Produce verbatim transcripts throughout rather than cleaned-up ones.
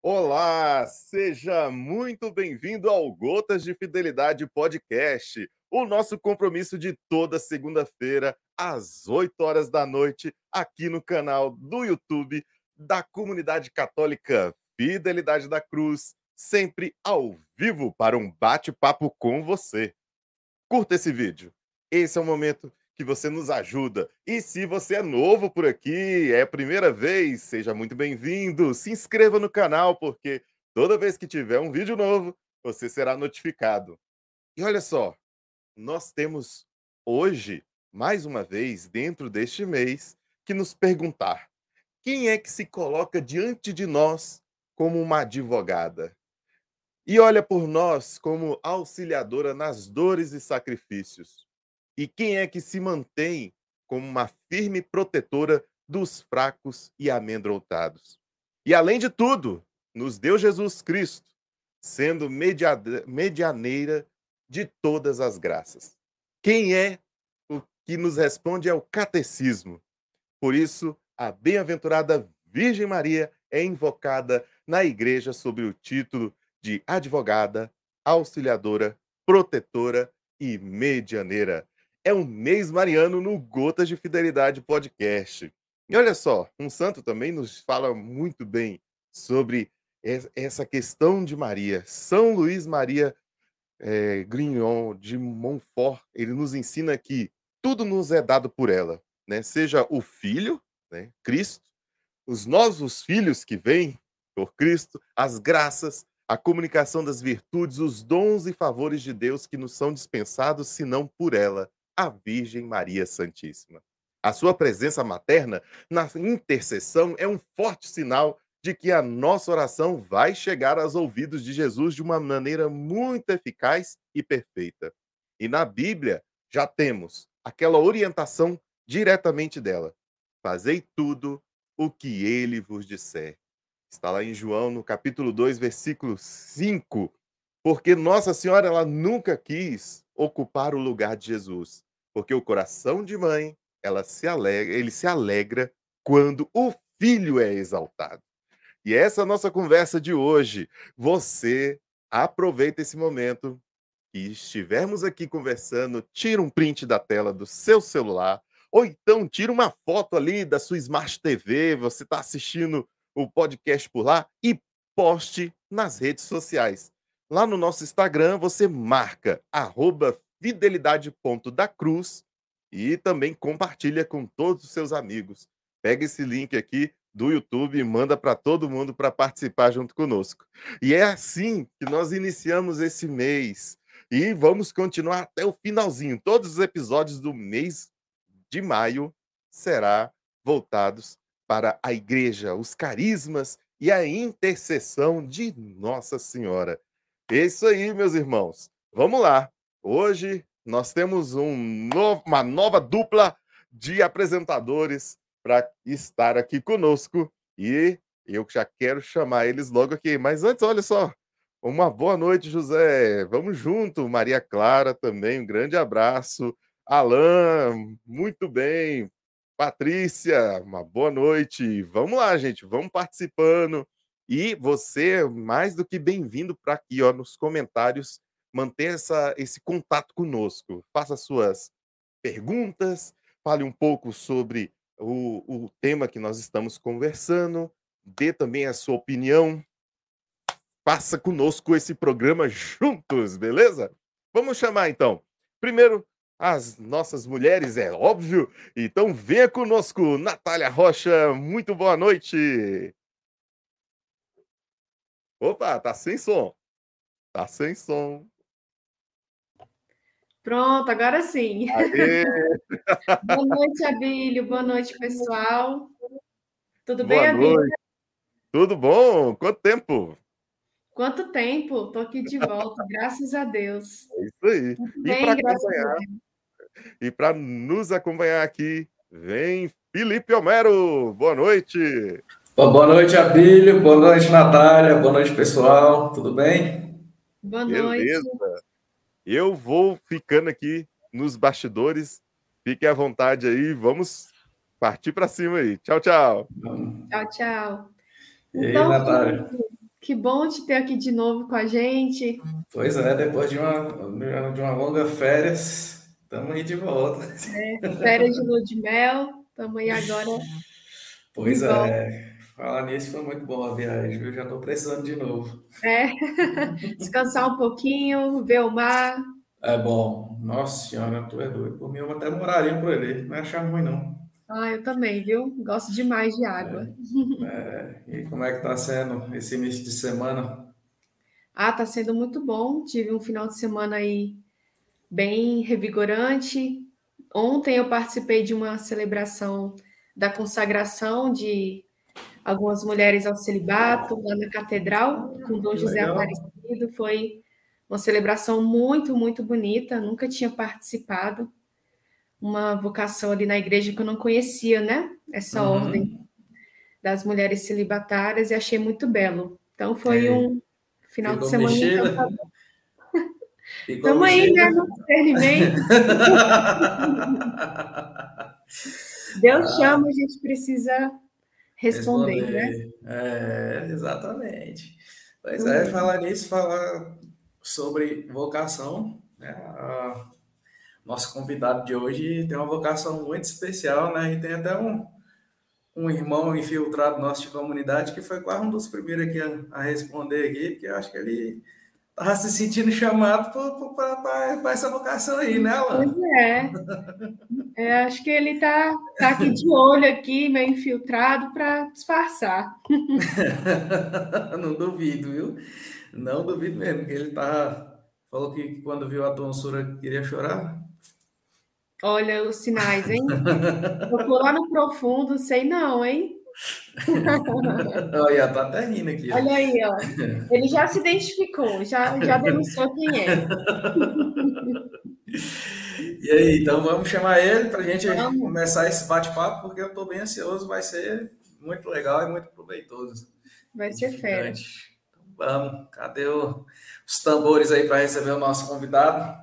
Olá, seja muito bem-vindo ao Gotas de Fidelidade Podcast, o nosso compromisso de toda segunda-feira, às oito horas da noite, aqui no canal do YouTube da Comunidade Católica Fidelidade da Cruz, sempre ao vivo para um bate-papo com você. Curta esse vídeo. Esse é o momento que você nos ajuda. E se você é novo por aqui, é a primeira vez, seja muito bem-vindo. Se inscreva no canal, porque toda vez que tiver um vídeo novo, você será notificado. E olha só, nós temos hoje, mais uma vez, dentro deste mês, que nos perguntar: quem é que se coloca diante de nós como uma advogada? E olha por nós como auxiliadora nas dores e sacrifícios. E quem é que se mantém como uma firme protetora dos fracos e amedrontados? E além de tudo, nos deu Jesus Cristo, sendo mediade- medianeira de todas as graças. Quem é o que nos responde é o catecismo. Por isso, a bem-aventurada Virgem Maria é invocada na Igreja sob o título de advogada, auxiliadora, protetora e medianeira. É um mês mariano no Gotas de Fidelidade Podcast. E olha só, um santo também nos fala muito bem sobre es- essa questão de Maria. São Luís Maria eh, Grignon de Montfort, ele nos ensina que tudo nos é dado por ela, né? Seja o Filho, né, Cristo, os novos filhos que vêm por Cristo, as graças, a comunicação das virtudes, os dons e favores de Deus que nos são dispensados, senão por ela, a Virgem Maria Santíssima. A sua presença materna na intercessão é um forte sinal de que a nossa oração vai chegar aos ouvidos de Jesus de uma maneira muito eficaz e perfeita. E na Bíblia já temos aquela orientação diretamente dela: fazei tudo o que ele vos disser. Está lá em João, no capítulo dois, versículo cinco. Porque Nossa Senhora, ela nunca quis ocupar o lugar de Jesus. Porque o coração de mãe, ela se alegra, ele se alegra quando o filho é exaltado. E essa é a nossa conversa de hoje. Você aproveita esse momento que estivermos aqui conversando, tira um print da tela do seu celular, ou então tira uma foto ali da sua Smart T V, você está assistindo o podcast por lá e poste nas redes sociais. Lá no nosso Instagram, você marca arroba fidelidade.dacruz e também compartilha com todos os seus amigos. Pega esse link aqui do YouTube e manda para todo mundo para participar junto conosco. E é assim que nós iniciamos esse mês. E vamos continuar até o finalzinho. Todos os episódios do mês de maio será voltados para a igreja, os carismas e a intercessão de Nossa Senhora. É isso aí, meus irmãos. Vamos lá. Hoje nós temos um novo- uma nova dupla de apresentadores para estar aqui conosco e eu já quero chamar eles logo aqui. Mas antes, olha só, uma boa noite, José. Vamos junto. Maria Clara também, um grande abraço. Alan, muito bem. Patrícia, uma boa noite. Vamos lá, gente, vamos participando. E você, mais do que bem-vindo para aqui, ó, nos comentários, manter essa, esse contato conosco. Faça suas perguntas, fale um pouco sobre o, o tema que nós estamos conversando, dê também a sua opinião. Faça conosco esse programa juntos, beleza? Vamos chamar então. Primeiro, as nossas mulheres, é óbvio. Então venha conosco, Natália Rocha. Muito boa noite. Opa, tá sem som. Tá sem som. Pronto, agora sim. Aê, Boa noite, Abílio. Boa noite, pessoal. Tudo bem, boa Abílio? noite. Tudo bom? Quanto tempo? Quanto tempo? Tô aqui de volta, graças a Deus. É isso aí. Tudo E para bem, graças a acompanhar, Deus. e para nos acompanhar aqui, vem Felipe Homero. Boa noite. Bom, boa noite, Abílio. Boa noite, Natália. Boa noite, pessoal. Tudo bem? Boa noite. Beleza. Eu vou ficando aqui nos bastidores. Fique à vontade aí. Vamos partir para cima aí. Tchau, tchau. Tchau, tchau. E aí, Então, Natália? Que bom te ter aqui de novo com a gente. Pois é, depois de uma, de uma longa férias, estamos aí de volta. É, férias de lua de mel, estamos aí agora de Pois volta. é, falar nisso foi muito bom a viagem, viu? Já estou precisando de novo. É, descansar um pouquinho, ver o mar. É bom, nossa senhora, tu é doido. Por mim, eu até moraria por ali, não é achar ruim não. Ah, eu também, viu? Gosto demais de água. É, e como é que tá sendo esse início de semana? Ah, tá sendo muito bom. Tive um final de semana aí bem revigorante. Ontem eu participei de uma celebração da consagração de algumas mulheres ao celibato lá na catedral com Dom Que José legal. Aparecido. Foi uma celebração muito, muito bonita. Nunca tinha participado. Uma vocação ali na igreja que eu não conhecia, né? Essa ordem Uhum. das mulheres celibatárias e achei muito belo. Então foi Aí, um final de ficou semana mexida? encantador. Ficou Estamos aí, né, mexida? no discernimento. Deus chama, a gente precisa responder, né? Responder. É, exatamente. Pois é, Amém. falar nisso, falar sobre vocação, né? A- nosso convidado de hoje tem uma vocação muito especial, né? E tem até um, um irmão infiltrado nosso de comunidade que foi quase um dos primeiros aqui a, a responder aqui, porque eu acho que ele estava se sentindo chamado para essa vocação aí, né, Pois Alan? é, é, acho que ele está tá aqui de olho aqui, meio infiltrado para disfarçar. Não duvido, viu? Não duvido mesmo, que ele tá. Falou que quando viu a tonsura queria chorar. Olha os sinais, hein? Eu tô lá no profundo, sei não, hein? Olha, tá até rindo aqui, ó. Olha aí, ó. Ele já se identificou, já, já denunciou quem é. E aí, então vamos chamar ele para a gente Vamos, começar esse bate-papo, porque eu estou bem ansioso, vai ser muito legal e muito proveitoso, vai ser fera. edificante. Então, vamos, cadê o- os tambores aí para receber o nosso convidado?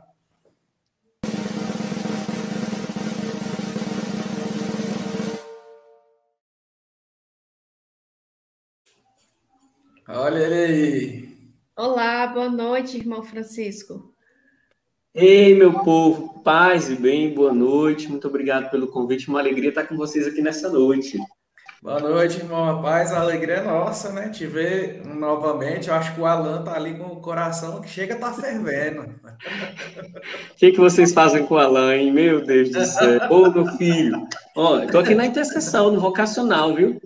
Olha ele aí. Olá, boa noite, irmão Francisco. Ei, meu povo, paz e bem, boa noite. Muito obrigado pelo convite. Uma alegria estar com vocês aqui nessa noite. Boa noite, irmão. Rapaz, a alegria é nossa, né? Te ver novamente. Eu acho que o Alan tá ali com o coração que chega a tá fervendo. O que que vocês fazem com o Alain? Meu Deus do céu. Ô, meu filho. Ó, eu tô aqui na intercessão, no vocacional, viu?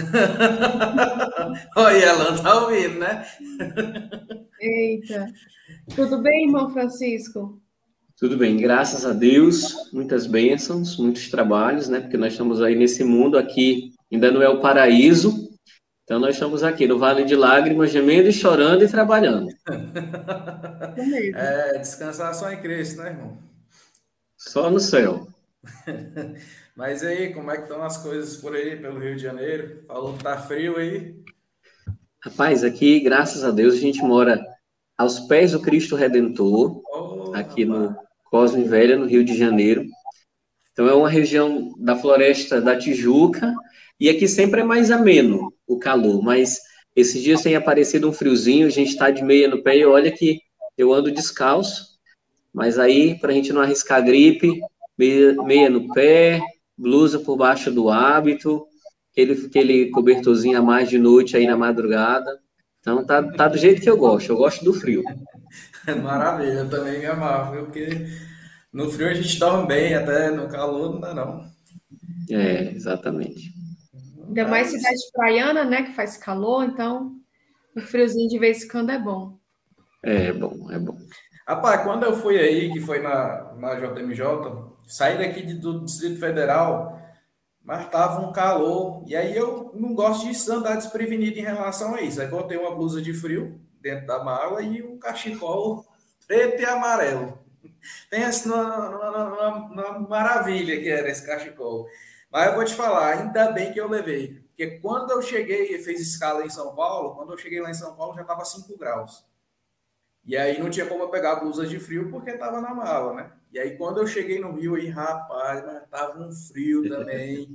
Olha, Alan tá ouvindo, né? Eita, tudo bem, irmão Francisco? Tudo bem, graças a Deus. Muitas bênçãos, muitos trabalhos, né? Porque nós estamos aí nesse mundo aqui, ainda não é o paraíso. Então nós estamos aqui no Vale de Lágrimas, gemendo e chorando e trabalhando. Isso mesmo. É, descansar só em Cristo, né, irmão? Só no céu. Mas e aí, como é que estão as coisas por aí, pelo Rio de Janeiro? Falou que tá frio aí. Rapaz, aqui, graças a Deus, a gente mora aos pés do Cristo Redentor, Ô, aqui no rapaz. Cosme Velha, no Rio de Janeiro. Então, é uma região da Floresta da Tijuca, e aqui sempre é mais ameno o calor, mas esses dias tem aparecido um friozinho, a gente está de meia no pé, e olha que eu ando descalço, mas aí, para a gente não arriscar gripe, meia, meia no pé, blusa por baixo do hábito, aquele, aquele cobertorzinho a mais de noite aí na madrugada. Então, tá, tá do jeito que eu gosto, eu gosto do frio. Maravilha, eu também me amarro, viu? Porque no frio a gente dorme bem, até no calor não dá não. É, exatamente. Ainda mais cidade Mas, praiana, né, que faz calor, então um friozinho de vez em quando é bom. É bom, é bom. rapaz, quando eu fui aí, que foi na, na J M J, saí daqui de- do Distrito Federal, mas tava um calor. E aí eu não gosto de andar desprevenido em relação a isso. Aí botei uma blusa de frio dentro da mala e um cachecol preto e amarelo. Pensa numa, numa, numa- numa maravilha que era esse cachecol. Mas eu vou te falar, ainda bem que eu levei. Porque quando eu cheguei e fiz escala em São Paulo, quando eu cheguei lá em São Paulo já estava cinco graus. E aí não tinha como eu pegar blusa de frio porque estava na mala, né? E aí quando eu cheguei no Rio aí, rapaz, mas tava um frio também.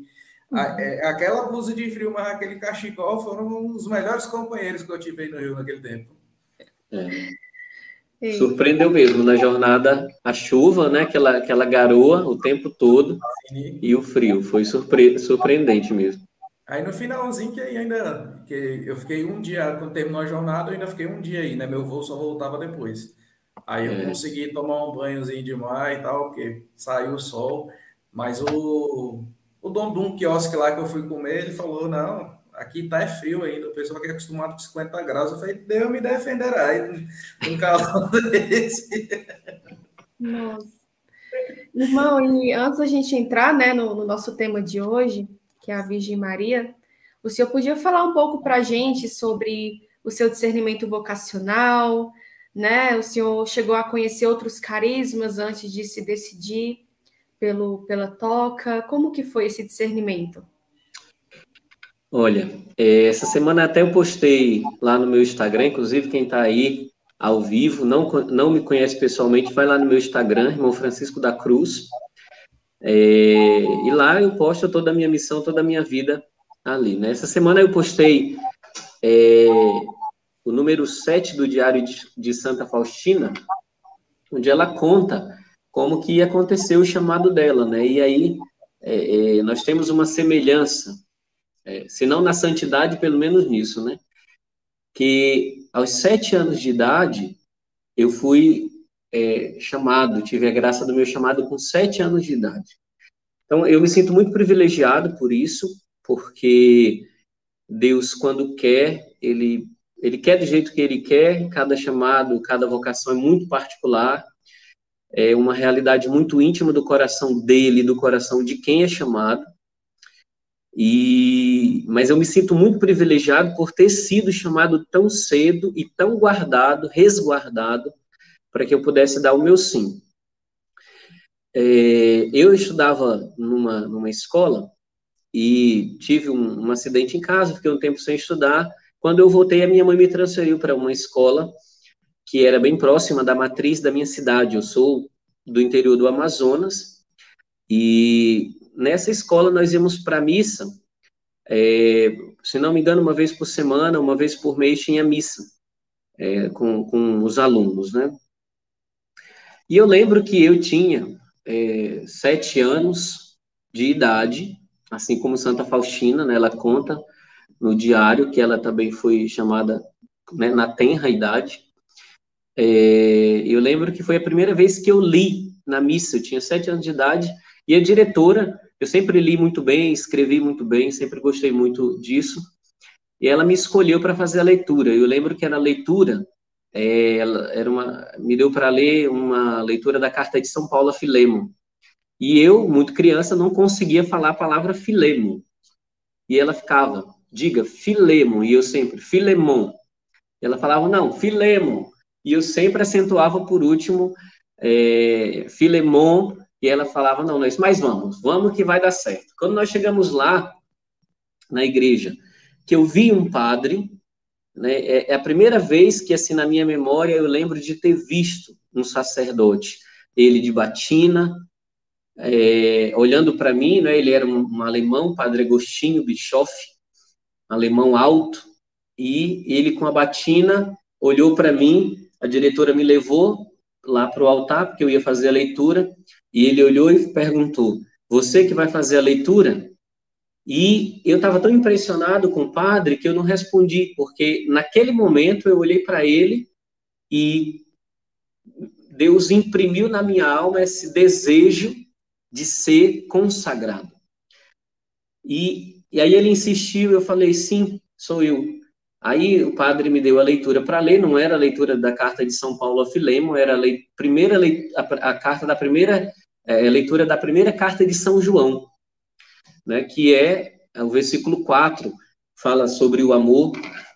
A- é, aquela blusa de frio, mas aquele cachecol foram os melhores companheiros que eu tive aí no Rio naquele tempo. É. Ei, Surpreendeu mesmo na jornada a chuva, né? Aquela, aquela garoa o tempo todo E e o frio. Foi surpre surpreendente mesmo. aí no finalzinho que aí ainda, que eu fiquei um dia, quando terminou a jornada, eu ainda fiquei um dia aí, né? Meu voo só voltava depois. Aí eu É. consegui tomar um banhozinho de mar e tal, porque saiu o sol. Mas o, o dono de um quiosque lá que eu fui comer, ele falou, não, aqui tá é frio ainda, o pessoal que é acostumado com cinquenta graus. Eu falei, Deus me defenderá aí, um calor desse. nossa. Irmão, e antes da gente entrar, né, no, no nosso tema de hoje, que é a Virgem Maria, o senhor podia falar um pouco para a gente sobre o seu discernimento vocacional, né? O senhor chegou a conhecer outros carismas antes de se decidir pelo, pela toca. Como que foi esse discernimento? Olha, é, essa semana até eu postei lá no meu Instagram, inclusive quem está aí ao vivo, não, co- não me conhece pessoalmente, vai lá no meu Instagram, irmão Francisco da Cruz, é, e lá eu posto toda a minha missão, toda a minha vida ali, né? Essa semana eu postei é, o número sete do Diário de, de Santa Faustina, onde ela conta como que aconteceu o chamado dela, né? E aí é, é, nós temos uma semelhança, é, se não na santidade, pelo menos nisso, né? Que aos sete anos de idade eu fui é, chamado, tive a graça do meu chamado com sete anos de idade. Então eu me sinto muito privilegiado por isso, porque Deus, quando quer, ele ele quer do jeito que ele quer. Cada chamado, cada vocação é muito particular. É uma realidade muito íntima do coração dele, do coração de quem é chamado. E, mas eu me sinto muito privilegiado por ter sido chamado tão cedo e tão guardado, resguardado, para que eu pudesse dar o meu sim. É, eu estudava numa, numa escola e tive um, um acidente em casa, fiquei um tempo sem estudar. Quando eu voltei, a minha mãe me transferiu para uma escola que era bem próxima da matriz da minha cidade. Eu sou do interior do Amazonas e nessa escola nós íamos para a missa. É, se não me engano, uma vez por semana, uma vez por mês tinha missa é, com, com os alunos, né? E eu lembro que eu tinha é, sete anos de idade, assim como Santa Faustina, né? Ela conta no diário que ela também foi chamada, né, na tenra idade. É, eu lembro que foi a primeira vez que eu li na missa. Eu tinha sete anos de idade e a diretora, eu sempre li muito bem, escrevi muito bem, sempre gostei muito disso. E ela me escolheu para fazer a leitura. Eu lembro que era a leitura, é, ela era uma, me deu para ler uma leitura da carta de São Paulo a Filemon. E eu, muito criança, não conseguia falar a palavra Filemon. E ela ficava, diga Filemon, e eu sempre, Filemon. E ela falava, não, Filemon. E eu sempre acentuava por último, é, Filemon, e ela falava, não, nós, mas vamos, vamos que vai dar certo. Quando nós chegamos lá, na igreja, que eu vi um padre, né, é, é a primeira vez que, assim, na minha memória, eu lembro de ter visto um sacerdote, ele de batina, é, olhando para mim, né, ele era um, um alemão, Padre Agostinho Bischoff, alemão alto, e ele com a batina olhou para mim, a diretora me levou lá para o altar, porque eu ia fazer a leitura, e ele olhou e perguntou, você que vai fazer a leitura? E eu estava tão impressionado com o padre que eu não respondi, porque naquele momento eu olhei para ele e Deus imprimiu na minha alma esse desejo de ser consagrado. E, e aí ele insistiu, eu falei, sim, sou eu. Aí o padre me deu a leitura para ler, não era a leitura da carta de São Paulo a Filemon, era a, lei, primeira lei, a, a carta da primeira, é, leitura da primeira carta de São João, né, que é, é o versículo quatro, fala sobre o amor,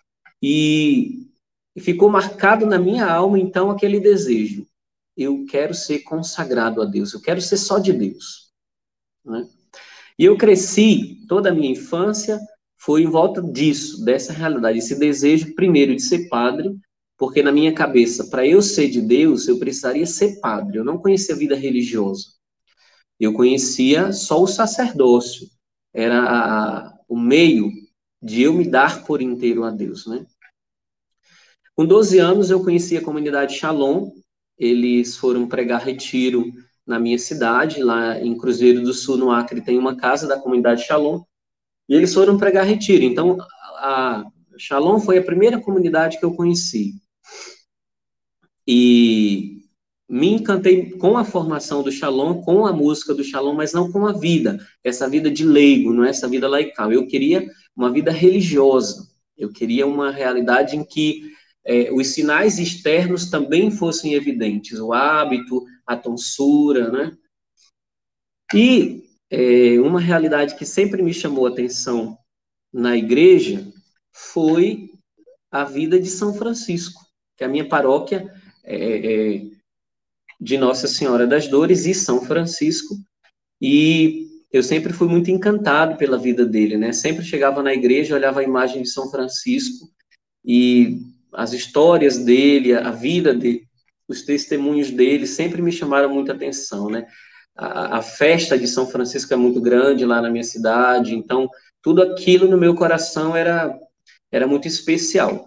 e, e ficou marcado na minha alma, então, aquele desejo. Eu quero ser consagrado a Deus, eu quero ser só de Deus. Né? E eu cresci, toda a minha infância foi em volta disso, dessa realidade, esse desejo, primeiro, de ser padre, porque na minha cabeça, para eu ser de Deus, eu precisaria ser padre, eu não conhecia a vida religiosa. Eu conhecia só o sacerdócio, era a, o meio de eu me dar por inteiro a Deus, né? Com doze anos, eu conheci a comunidade Shalom. Eles foram pregar retiro na minha cidade, lá em Cruzeiro do Sul, no Acre, tem uma casa da comunidade Shalom, e eles foram pregar retiro. Então, a Shalom foi a primeira comunidade que eu conheci. E me encantei com a formação do Shalom, com a música do Shalom, mas não com a vida, essa vida de leigo, não é essa vida laical. Eu queria uma vida religiosa, eu queria uma realidade em que é, os sinais externos também fossem evidentes, o hábito, a tonsura, né? E é, uma realidade que sempre me chamou a atenção na igreja foi a vida de São Francisco, que a minha paróquia é, é de Nossa Senhora das Dores e São Francisco, e eu sempre fui muito encantado pela vida dele, né? Sempre chegava na igreja, olhava a imagem de São Francisco e as histórias dele, a vida dele, os testemunhos dele sempre me chamaram muita atenção, né? A, a festa de São Francisco é muito grande lá na minha cidade, então tudo aquilo no meu coração era, era muito especial.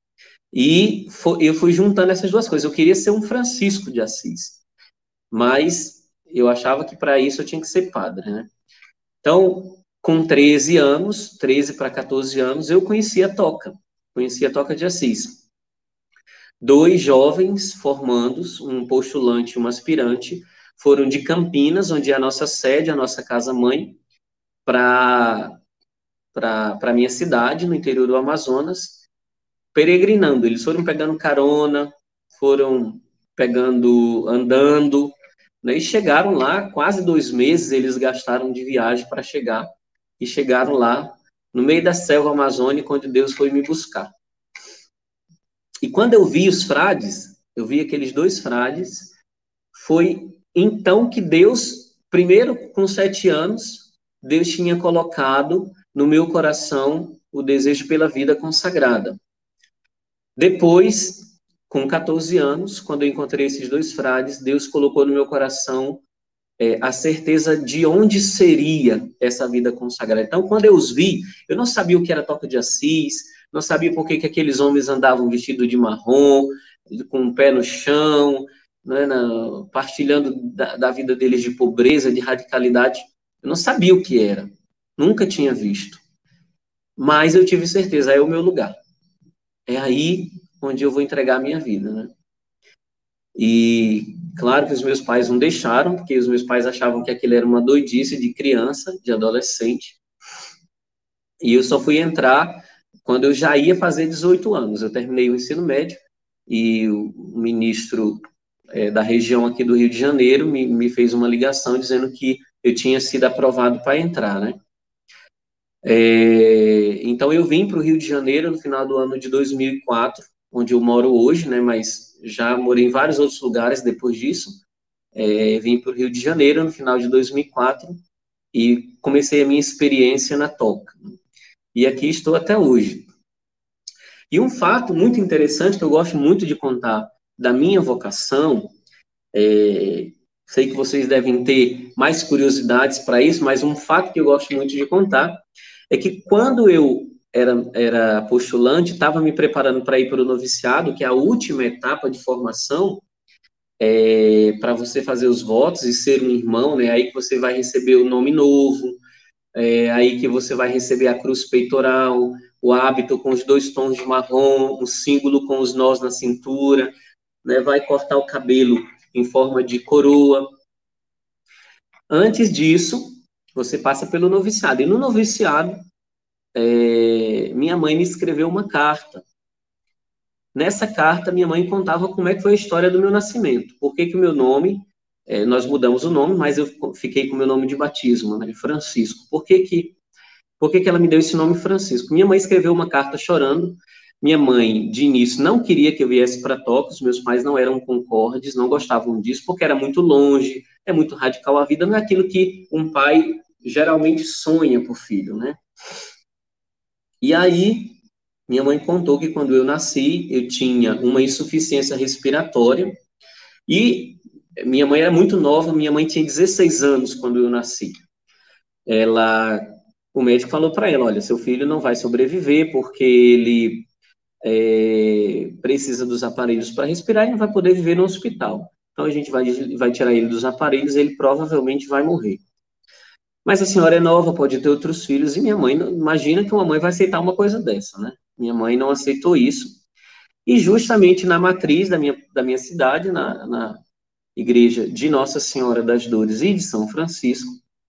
E foi, eu fui juntando essas duas coisas. Eu queria ser um Francisco de Assis, mas eu achava que para isso eu tinha que ser padre, né? Então, com treze anos, treze para quatorze anos, eu conheci a Toca, conheci a Toca de Assis. Dois jovens formandos, um postulante e um aspirante, foram de Campinas, onde é a nossa sede, a nossa casa-mãe, para para a minha cidade, no interior do Amazonas, peregrinando. Eles foram pegando carona, foram pegando, andando, né, e chegaram lá, quase dois meses eles gastaram de viagem para chegar, e chegaram lá, no meio da selva amazônica, onde Deus foi me buscar. E quando eu vi os frades, eu vi aqueles dois frades, foi então que Deus, primeiro com sete anos, Deus tinha colocado no meu coração o desejo pela vida consagrada. Depois, com quatorze anos, quando eu encontrei esses dois frades, Deus colocou no meu coração é, a certeza de onde seria essa vida consagrada. Então, quando eu os vi, eu não sabia o que era Toca de Assis, não sabia por que, que aqueles homens andavam vestidos de marrom, com o pé no chão, né, na, partilhando da, da vida deles de pobreza, de radicalidade. Eu não sabia o que era, nunca tinha visto. Mas eu tive certeza, é o meu lugar. É aí onde eu vou entregar a minha vida, né? E claro que os meus pais não deixaram, porque os meus pais achavam que aquilo era uma doidice de criança, de adolescente. E eu só fui entrar quando eu já ia fazer dezoito anos. Eu terminei o ensino médio e o ministro é, da região aqui do Rio de Janeiro me, me fez uma ligação dizendo que eu tinha sido aprovado para entrar, né? É, então eu vim para o Rio de Janeiro no final do ano de dois mil e quatro, onde eu moro hoje, né? Mas já morei em vários outros lugares depois disso. É, vim para o Rio de Janeiro no final de dois mil e quatro e comecei a minha experiência na Toca. E aqui estou até hoje. E um fato muito interessante que eu gosto muito de contar da minha vocação, é, sei que vocês devem ter mais curiosidades para isso, mas um fato que eu gosto muito de contar é que quando eu era, era postulante, estava me preparando para ir para o noviciado, que é a última etapa de formação, é, para você fazer os votos e ser um irmão, né? Aí que você vai receber o nome novo, é, aí que você vai receber a cruz peitoral, o hábito com os dois tons de marrom, o símbolo com os nós na cintura, né? Vai cortar o cabelo em forma de coroa. Antes disso, você passa pelo noviciado. E no noviciado, é, minha mãe me escreveu uma carta. Nessa carta, minha mãe contava como é que foi a história do meu nascimento. Por que que o meu nome, é, nós mudamos o nome, mas eu fiquei com o meu nome de batismo, né, Francisco. Por que que, por que que ela me deu esse nome Francisco? Minha mãe escreveu uma carta chorando. Minha mãe, de início, não queria que eu viesse para Toca. Os meus pais não eram concordes, não gostavam disso, porque era muito longe, é muito radical. A vida não é aquilo que um pai geralmente sonha para o filho, né? E aí, minha mãe contou que quando eu nasci, eu tinha uma insuficiência respiratória e minha mãe era muito nova, minha mãe tinha dezesseis anos quando eu nasci. Ela o médico falou para ela, olha, seu filho não vai sobreviver porque ele é, precisa dos aparelhos para respirar e não vai poder viver no hospital. Então, a gente vai, vai tirar ele dos aparelhos e ele provavelmente vai morrer. Mas a senhora é nova, pode ter outros filhos, e minha mãe, imagina que uma mãe vai aceitar uma coisa dessa, né? Minha mãe não aceitou isso. E justamente na matriz da minha, da minha cidade, na, na igreja de Nossa Senhora das Dores e de São Francisco,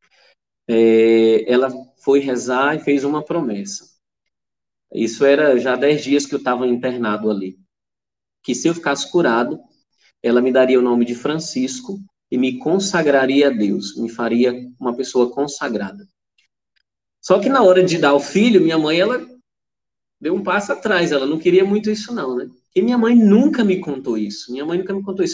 é, ela foi rezar e fez uma promessa. Isso era já dez dias que eu estava internado ali. Que se eu ficasse curado, ela me daria o nome de Francisco e me consagraria a Deus, me faria uma pessoa consagrada. Só que na hora de dar o filho, minha mãe, ela deu um passo atrás, ela não queria muito isso não, né? E minha mãe nunca me contou isso, minha mãe nunca me contou isso.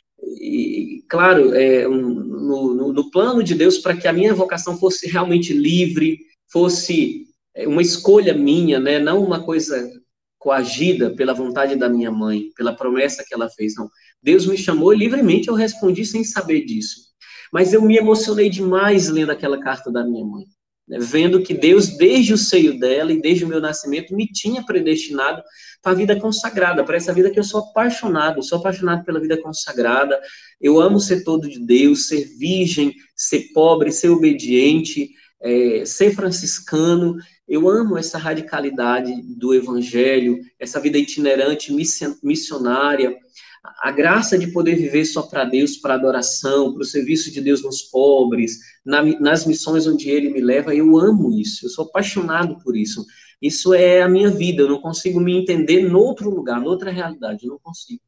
E, claro, é, um, no, no, no plano de Deus, para que a minha vocação fosse realmente livre, fosse uma escolha minha, né? Não uma coisa coagida pela vontade da minha mãe, pela promessa que ela fez, não. Deus me chamou livremente, eu respondi sem saber disso. Mas eu me emocionei demais lendo aquela carta da minha mãe, né? Vendo que Deus, desde o seio dela e desde o meu nascimento, me tinha predestinado para a vida consagrada, para essa vida que eu sou apaixonado, sou apaixonado pela vida consagrada. Eu amo ser todo de Deus, ser virgem, ser pobre, ser obediente, é, ser franciscano. Eu amo essa radicalidade do evangelho, essa vida itinerante, missionária, a graça de poder viver só para Deus, para adoração, para o serviço de Deus nos pobres, na, nas missões onde Ele me leva. Eu amo isso, eu sou apaixonado por isso. Isso é a minha vida, eu não consigo me entender em outro lugar, em outra realidade, eu não consigo.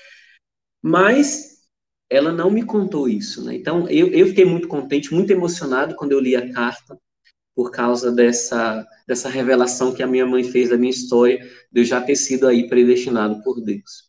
Mas ela não me contou isso, né? Então, eu, eu fiquei muito contente, muito emocionado quando eu li a carta, por causa dessa, dessa revelação que a minha mãe fez da minha história, de eu já ter sido aí predestinado por Deus.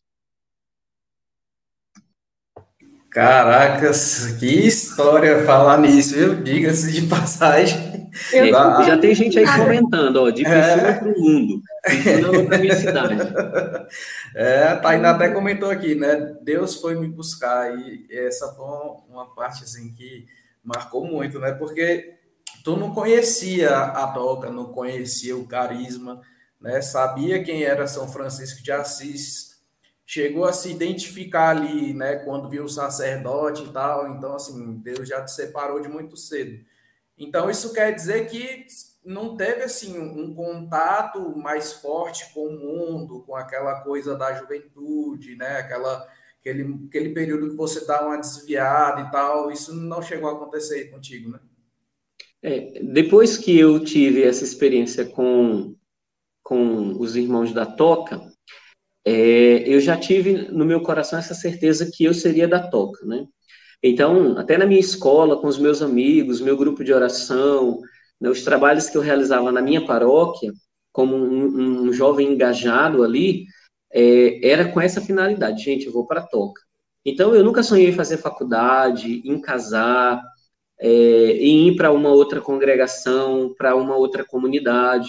Caracas, que história falar nisso, viu? Diga-se de passagem. É, já tem gente aí comentando, ó, de piscina é. para o mundo, piscina para minha cidade. É, a Tainá até comentou aqui, né? Deus foi me buscar, e essa foi uma parte assim que marcou muito, né? Porque tu não conhecia a toca, não conhecia o carisma, né? Sabia quem era São Francisco de Assis, chegou a se identificar ali, né? Quando viu o sacerdote e tal. Então, assim, Deus já te separou de muito cedo. Então, isso quer dizer que não teve, assim, um contato mais forte com o mundo, com aquela coisa da juventude, né? Aquela, aquele, aquele período que você dá uma desviada e tal. Isso não chegou a acontecer contigo, né? É, depois que eu tive essa experiência com, com os irmãos da toca, é, eu já tive no meu coração essa certeza que eu seria da toca, né? Então, até na minha escola, com os meus amigos, meu grupo de oração, né, os trabalhos que eu realizava na minha paróquia, como um, um jovem engajado ali, é, era com essa finalidade, gente, eu vou para a toca. Então, eu nunca sonhei em fazer faculdade, em casar, É, e ir para uma outra congregação, para uma outra comunidade.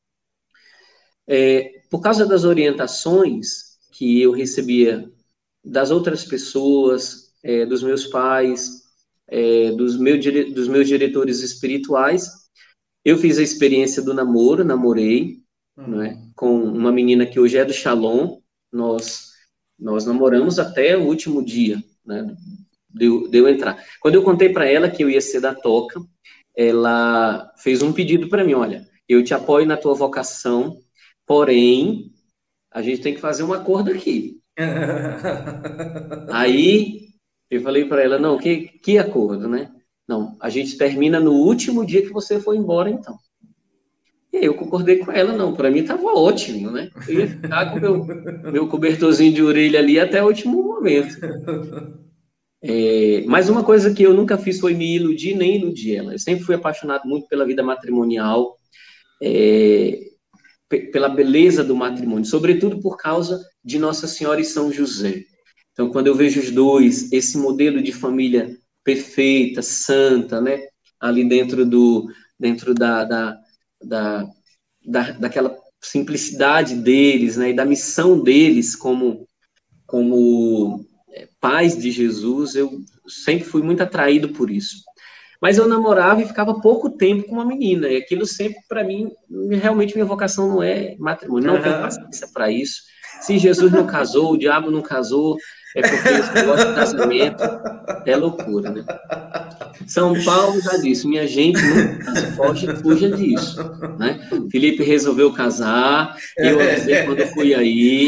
É, por causa das orientações que eu recebia das outras pessoas, é, dos meus pais, é, dos, meu, dos meus diretores espirituais, eu fiz a experiência do namoro, namorei, uhum. né, com uma menina que hoje é do Shalom, nós, nós namoramos até o último dia, né, de eu, de eu entrar. Quando eu contei para ela que eu ia ser da toca, ela fez um pedido para mim, olha, eu te apoio na tua vocação, porém, a gente tem que fazer um acordo aqui. Aí, eu falei para ela, não, que, que acordo, né? Não, a gente termina no último dia que você for embora, então. E aí eu concordei com ela, não, para mim estava ótimo, né? Eu ia ficar com meu, meu cobertorzinho de orelha ali até o último momento. É, mas uma coisa que eu nunca fiz foi me iludir nem iludir ela. Eu sempre fui apaixonado muito pela vida matrimonial, é, pela beleza do matrimônio, sobretudo por causa de Nossa Senhora e São José. Então, quando eu vejo os dois, esse modelo de família perfeita, santa, né, ali dentro, do, dentro da, da, da, da, daquela simplicidade deles, né, e da missão deles como, como pais de Jesus, eu sempre fui muito atraído por isso. Mas eu namorava e ficava pouco tempo com uma menina, e aquilo sempre, para mim, realmente minha vocação não é matrimônio, não tenho paciência para isso. Se Jesus não casou, o diabo não casou, é porque esse negócio de casamento é loucura, né? São Paulo já disse, minha gente, não foge, fuja disso, né? Felipe resolveu casar, eu avisei quando fui aí,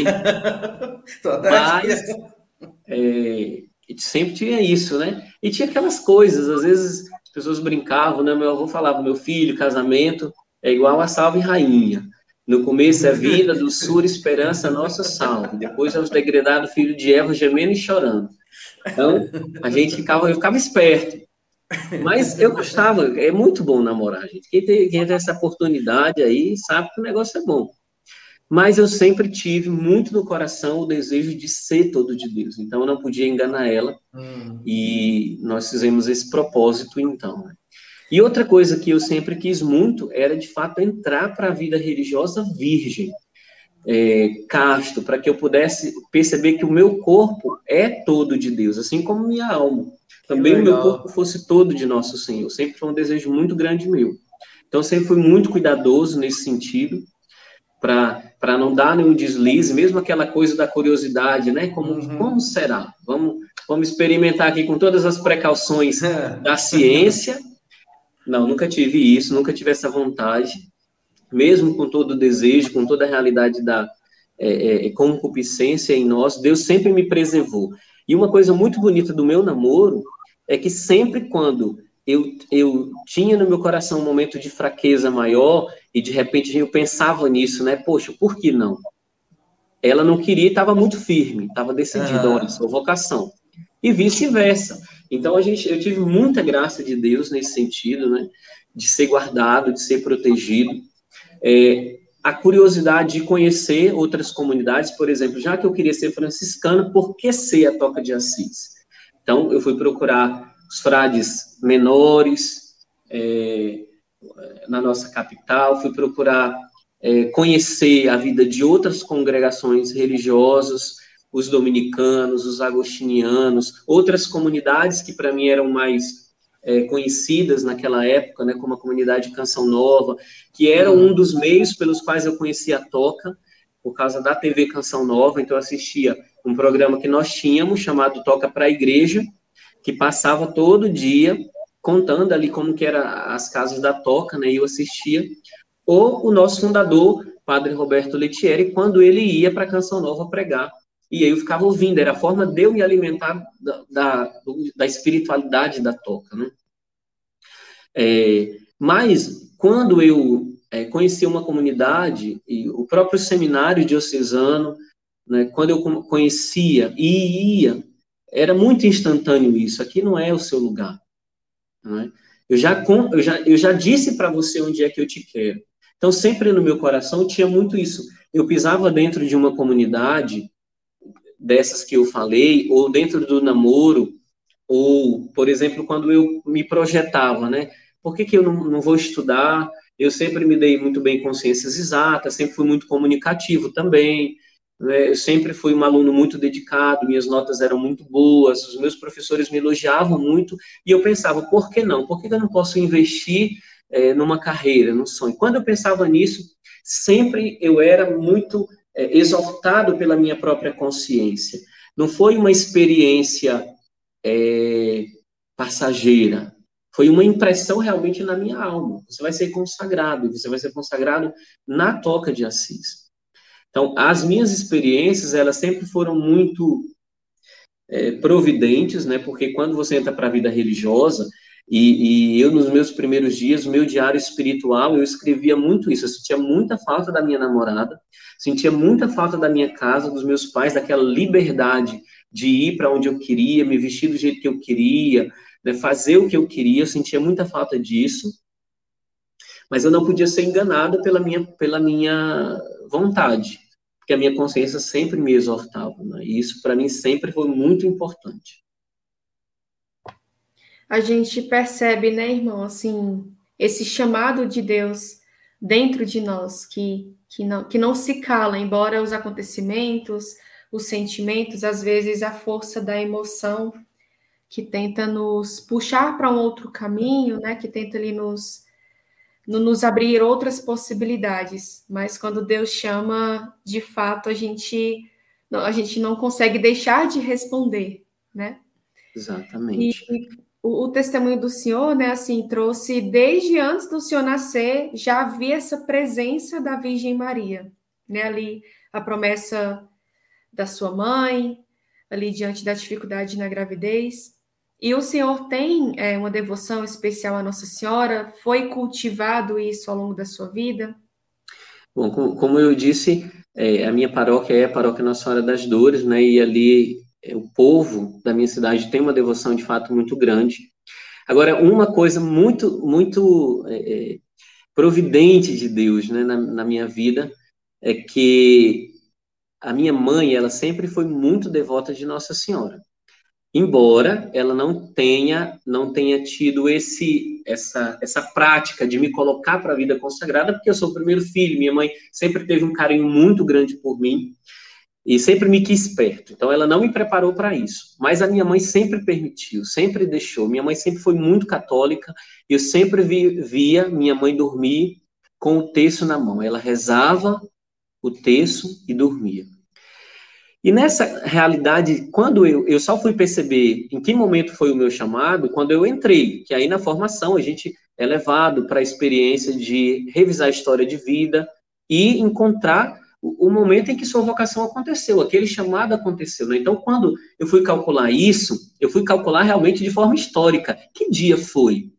mas é, sempre tinha isso, né? E tinha aquelas coisas, às vezes as pessoas brincavam, né? Meu avô falava, meu filho, casamento é igual a salve rainha. No começo é vida, doçura, esperança, nossa salve. Depois é os degredados filho de Eva, gemendo e chorando. Então, a gente ficava, eu ficava esperto. Mas eu gostava, é muito bom namorar, gente. Quem tem, quem tem essa oportunidade aí sabe que o negócio é bom. Mas eu sempre tive muito no coração o desejo de ser todo de Deus. Então, eu não podia enganar ela. Hum. E nós fizemos esse propósito, então. Né? E outra coisa que eu sempre quis muito era, de fato, entrar para a vida religiosa virgem, é, casto, para que eu pudesse perceber que o meu corpo é todo de Deus, assim como minha alma. Também o meu corpo fosse todo de Nosso Senhor. Sempre foi um desejo muito grande meu. Então, sempre fui muito cuidadoso nesse sentido, para não dar nenhum deslize, mesmo aquela coisa da curiosidade, né? Como, uhum. como será? Vamos, vamos experimentar aqui com todas as precauções da ciência. Não, nunca tive isso, nunca tive essa vontade. Mesmo com todo o desejo, com toda a realidade da é, é, concupiscência em nós, Deus sempre me preservou. E uma coisa muito bonita do meu namoro é que sempre quando eu, eu tinha no meu coração um momento de fraqueza maior e de repente eu pensava nisso, né? Poxa, por que não? Ela não queria e estava muito firme, estava decidida, olha, sua vocação. E vice-versa. Então, a gente, eu tive muita graça de Deus nesse sentido, né? De ser guardado, de ser protegido. É, a curiosidade de conhecer outras comunidades, por exemplo, já que eu queria ser franciscano, por que ser a Toca de Assis? Então, eu fui procurar os frades menores é, na nossa capital, fui procurar é, conhecer a vida de outras congregações religiosas, os dominicanos, os agostinianos, outras comunidades que para mim eram mais é, conhecidas naquela época, né, como a comunidade Canção Nova, que era um dos meios pelos quais eu conhecia a Toca, por causa da T V Canção Nova. Então eu assistia um programa que nós tínhamos, chamado Toca para a Igreja, que passava todo dia, contando ali como que eram as casas da Toca, né, e eu assistia. Ou o nosso fundador, Padre Roberto Lettieri, quando ele ia para a Canção Nova pregar. E aí eu ficava ouvindo, era a forma de eu me alimentar da, da, da espiritualidade da Toca, né? É, mas, quando eu é, conheci uma comunidade, e o próprio seminário diocesano, né, quando eu conhecia e ia, era muito instantâneo isso, aqui não é o seu lugar. Né? Eu, já, eu, já, eu já disse para você onde é que eu te quero. Então, sempre no meu coração tinha muito isso. Eu pisava dentro de uma comunidade, dessas que eu falei, ou dentro do namoro, ou, por exemplo, quando eu me projetava, né? Por que, que eu não, não vou estudar? Eu sempre me dei muito bem com ciências exatas, sempre fui muito comunicativo também, né? Eu sempre fui um aluno muito dedicado, minhas notas eram muito boas, os meus professores me elogiavam muito, e eu pensava, por que não? Por que eu não posso investir é, numa carreira, num sonho? Quando eu pensava nisso, sempre eu era muito é, exaltado pela minha própria consciência. Não foi uma experiência é, passageira, foi uma impressão realmente na minha alma. Você vai ser consagrado, você vai ser consagrado na Toca de Assis. Então, as minhas experiências, elas sempre foram muito é, providentes, né? Porque quando você entra para a vida religiosa, e, e eu, nos meus primeiros dias, o meu diário espiritual, eu escrevia muito isso. Eu sentia muita falta da minha namorada, sentia muita falta da minha casa, dos meus pais, daquela liberdade de ir para onde eu queria, me vestir do jeito que eu queria, né, fazer o que eu queria. Eu sentia muita falta disso, mas eu não podia ser enganado pela minha, pela minha vontade, porque a minha consciência sempre me exortava, né? E isso, para mim, sempre foi muito importante. A gente percebe, né, irmão, assim, esse chamado de Deus dentro de nós, que, que, não, que não se cala, embora os acontecimentos, os sentimentos, às vezes a força da emoção que tenta nos puxar para um outro caminho, né? Que tenta ali nos, nos abrir outras possibilidades. Mas quando Deus chama, de fato, a gente, a gente não consegue deixar de responder, né? Exatamente. E o, o testemunho do Senhor, né, assim, trouxe desde antes do Senhor nascer, já havia essa presença da Virgem Maria, né? Ali a promessa da sua mãe, ali diante da dificuldade na gravidez. E o Senhor tem é, uma devoção especial à Nossa Senhora? Foi cultivado isso ao longo da sua vida? Bom, como eu disse, é, a minha paróquia é a paróquia Nossa Senhora das Dores, né? E ali é, o povo da minha cidade tem uma devoção de fato muito grande. Agora, uma coisa muito, muito é, providente de Deus, né, na, na minha vida é que a minha mãe, ela sempre foi muito devota de Nossa Senhora. Embora ela não tenha não tenha tido esse essa essa prática de me colocar para a vida consagrada, porque eu sou o primeiro filho, minha mãe sempre teve um carinho muito grande por mim e sempre me quis perto. Então ela não me preparou para isso, mas a minha mãe sempre permitiu, sempre deixou. Minha mãe sempre foi muito católica e eu sempre vi, via minha mãe dormir com o terço na mão. Ela rezava o terço e dormia. E nessa realidade, quando eu, eu só fui perceber em que momento foi o meu chamado, quando eu entrei, que aí na formação a gente é levado para a experiência de revisar a história de vida e encontrar o, o momento em que sua vocação aconteceu, aquele chamado aconteceu, né? Então, quando eu fui calcular isso, eu fui calcular realmente de forma histórica. Que dia foi?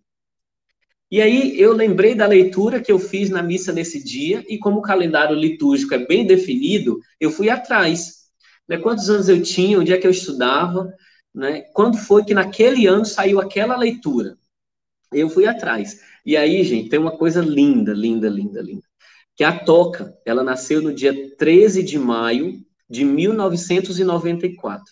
E aí eu lembrei da leitura que eu fiz na missa nesse dia, e como o calendário litúrgico é bem definido, eu fui atrás. Né, quantos anos eu tinha, onde é que eu estudava, né, quando foi que naquele ano saiu aquela leitura. Eu fui atrás. E aí, gente, tem uma coisa linda, linda, linda, linda. Que a Toca, ela nasceu no dia treze de maio de mil novecentos e noventa e quatro.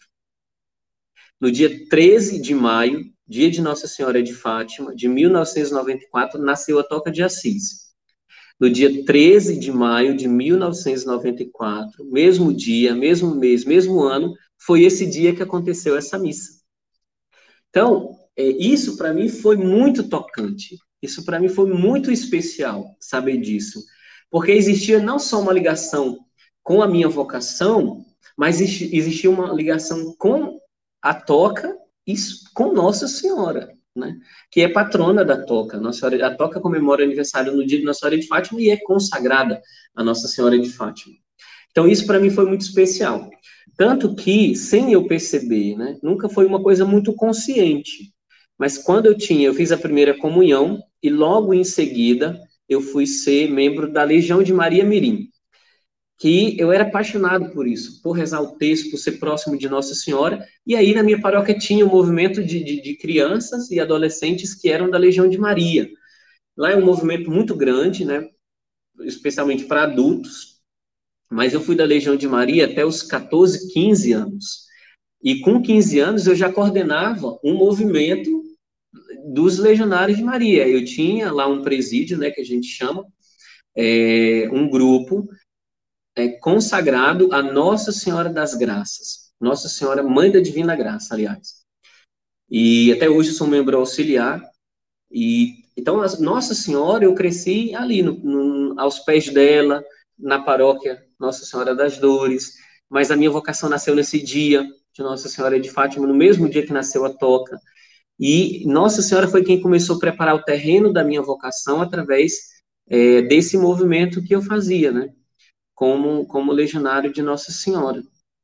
No dia treze de maio, dia de Nossa Senhora de Fátima, de mil novecentos e noventa e quatro, nasceu a Toca de Assis. No dia treze de maio de mil novecentos e noventa e quatro, mesmo dia, mesmo mês, mesmo ano, foi esse dia que aconteceu essa missa. Então, é, isso para mim foi muito tocante. Isso para mim foi muito especial, saber disso. Porque existia não só uma ligação com a minha vocação, mas existia uma ligação com a Toca e com Nossa Senhora, né? Que é patrona da Toca. Nossa Senhora, a Toca comemora o aniversário no dia de Nossa Senhora de Fátima e é consagrada a Nossa Senhora de Fátima. Então, isso para mim foi muito especial. Tanto que, sem eu perceber, né, nunca foi uma coisa muito consciente. Mas quando eu tinha, eu fiz a primeira comunhão e logo em seguida eu fui ser membro da Legião de Maria Mirim. Que eu era apaixonado por isso, por rezar o texto, por ser próximo de Nossa Senhora, e aí na minha paróquia tinha um movimento de, de, de crianças e adolescentes que eram da Legião de Maria. Lá é um movimento muito grande, né, especialmente para adultos, mas eu fui da Legião de Maria até os catorze, quinze anos, e com quinze anos eu já coordenava um movimento dos Legionários de Maria. Eu tinha lá um presídio, né, que a gente chama, é, um grupo É consagrado a Nossa Senhora das Graças. Nossa Senhora, Mãe da Divina Graça, aliás. E até hoje eu sou membro auxiliar. E, então, a Nossa Senhora, eu cresci ali, no, no, aos pés dela, na paróquia Nossa Senhora das Dores. Mas a minha vocação nasceu nesse dia de Nossa Senhora de Fátima, no mesmo dia que nasceu a Toca. E Nossa Senhora foi quem começou a preparar o terreno da minha vocação através é, desse movimento que eu fazia, né? Como, como legionário de Nossa Senhora.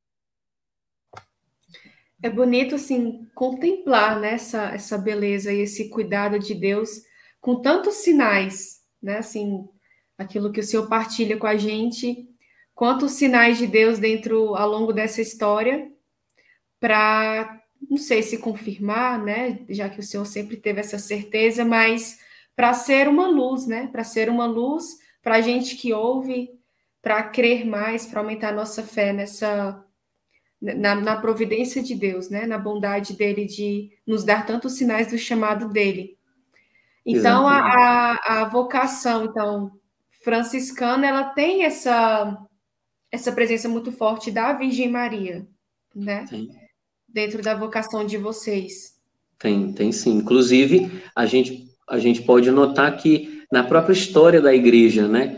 É bonito, assim, contemplar, né, essa, essa beleza e esse cuidado de Deus com tantos sinais, né, assim, aquilo que o Senhor partilha com a gente, quantos sinais de Deus dentro, ao longo dessa história, para, não sei se confirmar, né, já que o Senhor sempre teve essa certeza, mas para ser uma luz, né, para ser uma luz para a gente que ouve, para crer mais, para aumentar a nossa fé nessa, na, na providência de Deus, né? Na bondade dele de nos dar tantos sinais do chamado dele. Então, a, a, a vocação, então, franciscana, ela tem essa, essa presença muito forte da Virgem Maria, né? Sim. Dentro da vocação de vocês. Tem, tem sim. Inclusive, a gente, a gente pode notar que na própria história da igreja, né,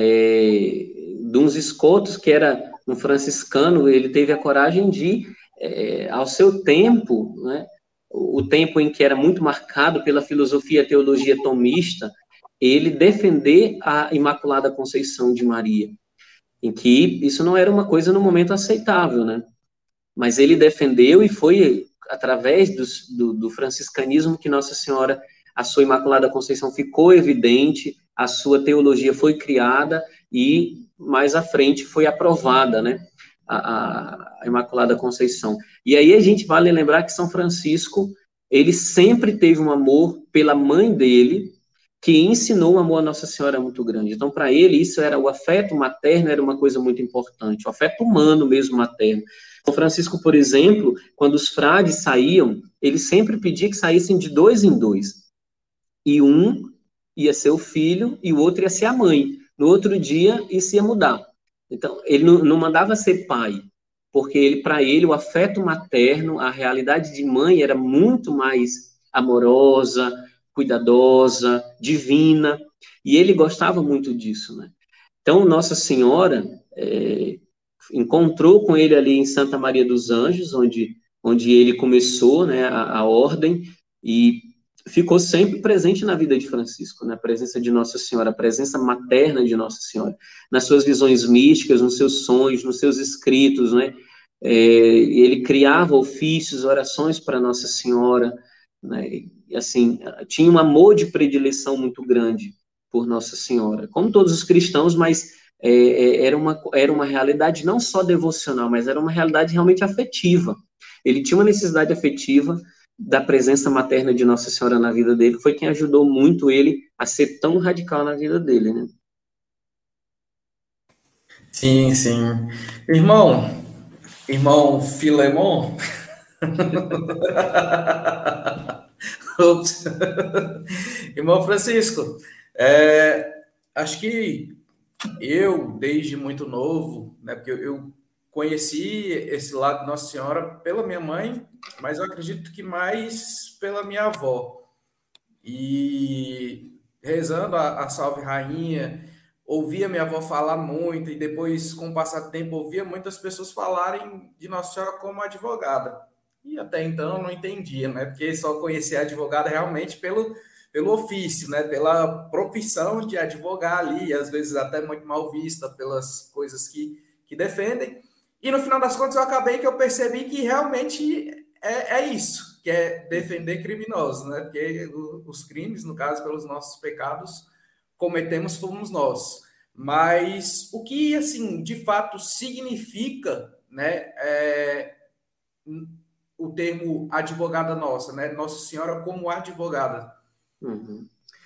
é, de uns escotos, que era um franciscano, ele teve a coragem de, é, ao seu tempo, né, o tempo em que era muito marcado pela filosofia e teologia tomista, ele defender a Imaculada Conceição de Maria, em que isso não era uma coisa no momento aceitável, né? Mas ele defendeu e foi através dos, do, do franciscanismo que Nossa Senhora, a sua Imaculada Conceição ficou evidente, a sua teologia foi criada e mais à frente foi aprovada, né? A, a Imaculada Conceição. E aí a gente vale lembrar que São Francisco, ele sempre teve um amor pela mãe dele, que ensinou um amor a Nossa Senhora muito grande. Então, para ele, isso era o afeto materno, era uma coisa muito importante, o afeto humano mesmo materno. São Francisco, por exemplo, quando os frades saíam, ele sempre pedia que saíssem de dois em dois. E um ia ser o filho e o outro ia ser a mãe. No outro dia, isso ia mudar. Então, ele não, não mandava ser pai, porque ele, para ele, o afeto materno, a realidade de mãe era muito mais amorosa, cuidadosa, divina, e ele gostava muito disso, né? Então, Nossa Senhora é, encontrou com ele ali em Santa Maria dos Anjos, onde, onde ele começou, né, a, a ordem, e ficou sempre presente na vida de Francisco, na presença de Nossa Senhora, a presença materna de Nossa Senhora, nas suas visões místicas, nos seus sonhos, nos seus escritos, né? É, ele criava ofícios, orações para Nossa Senhora, né? E, assim, tinha um amor de predileção muito grande por Nossa Senhora, como todos os cristãos, mas é, era, uma, era uma realidade não só devocional, mas era uma realidade realmente afetiva. Ele tinha uma necessidade afetiva da presença materna de Nossa Senhora na vida dele, foi quem ajudou muito ele a ser tão radical na vida dele, né? Sim, sim. Irmão, irmão Filemon... Irmão Francisco, é, acho que eu, desde muito novo, né, porque eu, eu conheci esse lado de Nossa Senhora pela minha mãe, mas eu acredito que mais pela minha avó. E rezando a, a Salve Rainha, ouvia minha avó falar muito, e depois, com o passar do tempo, ouvia muitas pessoas falarem de Nossa Senhora como advogada. E até então eu não entendia, né? Porque só conhecia a advogada realmente pelo, pelo ofício, né? Pela profissão de advogar ali, às vezes até muito mal vista pelas coisas que, que defendem. E no final das contas eu acabei que eu percebi que realmente é, é isso, que é defender criminosos, né? Porque os crimes, no caso, pelos nossos pecados, cometemos fomos nós. Mas o que, assim, de fato significa, né? É, o termo advogada nossa, né? Nossa Senhora como advogada. Uhum.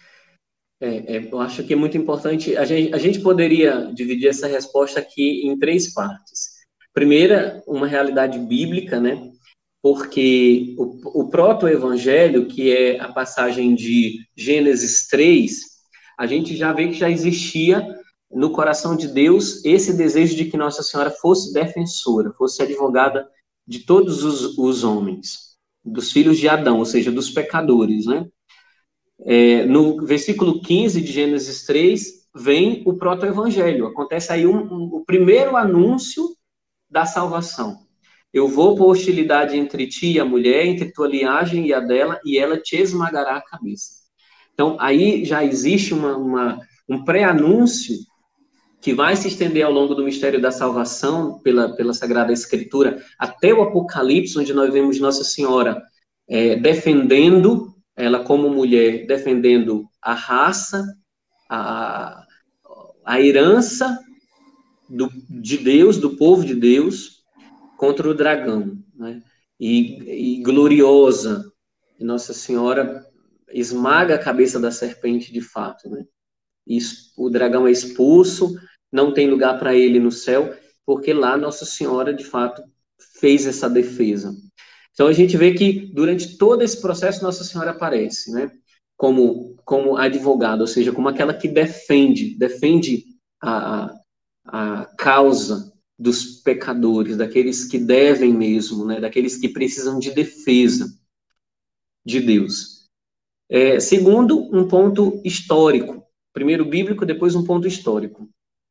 É, é, eu acho que é muito importante, a gente, a gente poderia dividir essa resposta aqui em três partes. Primeira, uma realidade bíblica, né? Porque o, o proto-evangelho, que é a passagem de Gênesis três, a gente já vê que já existia no coração de Deus esse desejo de que Nossa Senhora fosse defensora, fosse advogada de todos os, os homens, dos filhos de Adão, ou seja, dos pecadores, né? É, no versículo quinze de Gênesis três, vem o proto-evangelho. Acontece aí um, um, o primeiro anúncio da salvação. Eu vou pôr hostilidade entre ti e a mulher, entre tua linhagem e a dela, e ela te esmagará a cabeça. Então, aí já existe uma, uma, um pré-anúncio que vai se estender ao longo do mistério da salvação, pela, pela Sagrada Escritura, até o Apocalipse, onde nós vemos Nossa Senhora é, defendendo, ela como mulher, defendendo a raça, a, a herança do, de Deus, do povo de Deus, contra o dragão, né? E, e gloriosa, Nossa Senhora esmaga a cabeça da serpente de fato, né? E o dragão é expulso, não tem lugar para ele no céu, porque lá Nossa Senhora, de fato, fez essa defesa. Então, a gente vê que, durante todo esse processo, Nossa Senhora aparece, né? Como, como advogada, ou seja, como aquela que defende, defende a, a causa dos pecadores, daqueles que devem mesmo, né? Daqueles que precisam de defesa. de Deus. É, segundo, um ponto histórico. Primeiro bíblico, depois um ponto histórico.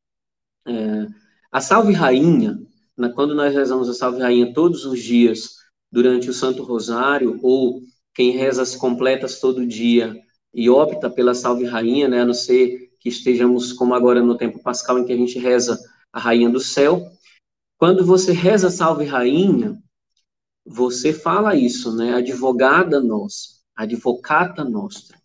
É, a Salve Rainha, na, quando nós rezamos a Salve Rainha todos os dias, durante o Santo Rosário, ou quem reza as completas todo dia e opta pela Salve Rainha, né, a não ser que estejamos como agora no tempo pascal, em que a gente reza a Rainha do Céu. Quando você reza Salve Rainha, você fala isso, né, advogada nossa, advocata nostra.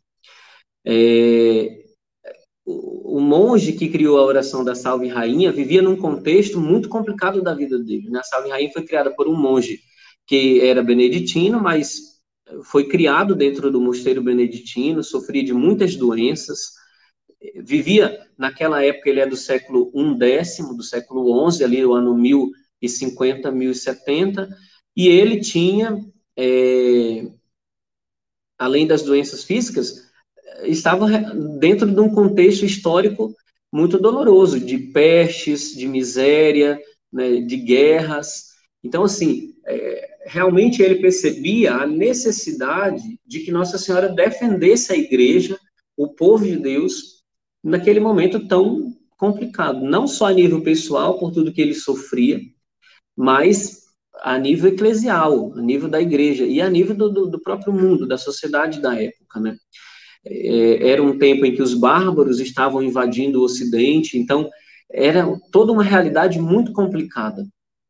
É, o, o monge que criou a oração da Salve Rainha vivia num contexto muito complicado da vida dele, né? A Salve Rainha foi criada por um monge que era beneditino, mas foi criado dentro do mosteiro beneditino, sofria de muitas doenças, vivia, naquela época, ele é do século um décimo, do século onze, ali o ano mil e cinquenta, mil e setenta, e ele tinha, é, além das doenças físicas, estava dentro de um contexto histórico muito doloroso, de pestes, de miséria, né, de guerras. Então, assim, é, realmente ele percebia a necessidade de que Nossa Senhora defendesse a igreja, o povo de Deus, naquele momento tão complicado. Não só a nível pessoal, por tudo que ele sofria, mas a nível eclesial, a nível da igreja e a nível do, do, do próprio mundo, da sociedade da época, né? É, era um tempo em que os bárbaros estavam invadindo o Ocidente, então era toda uma realidade muito complicada.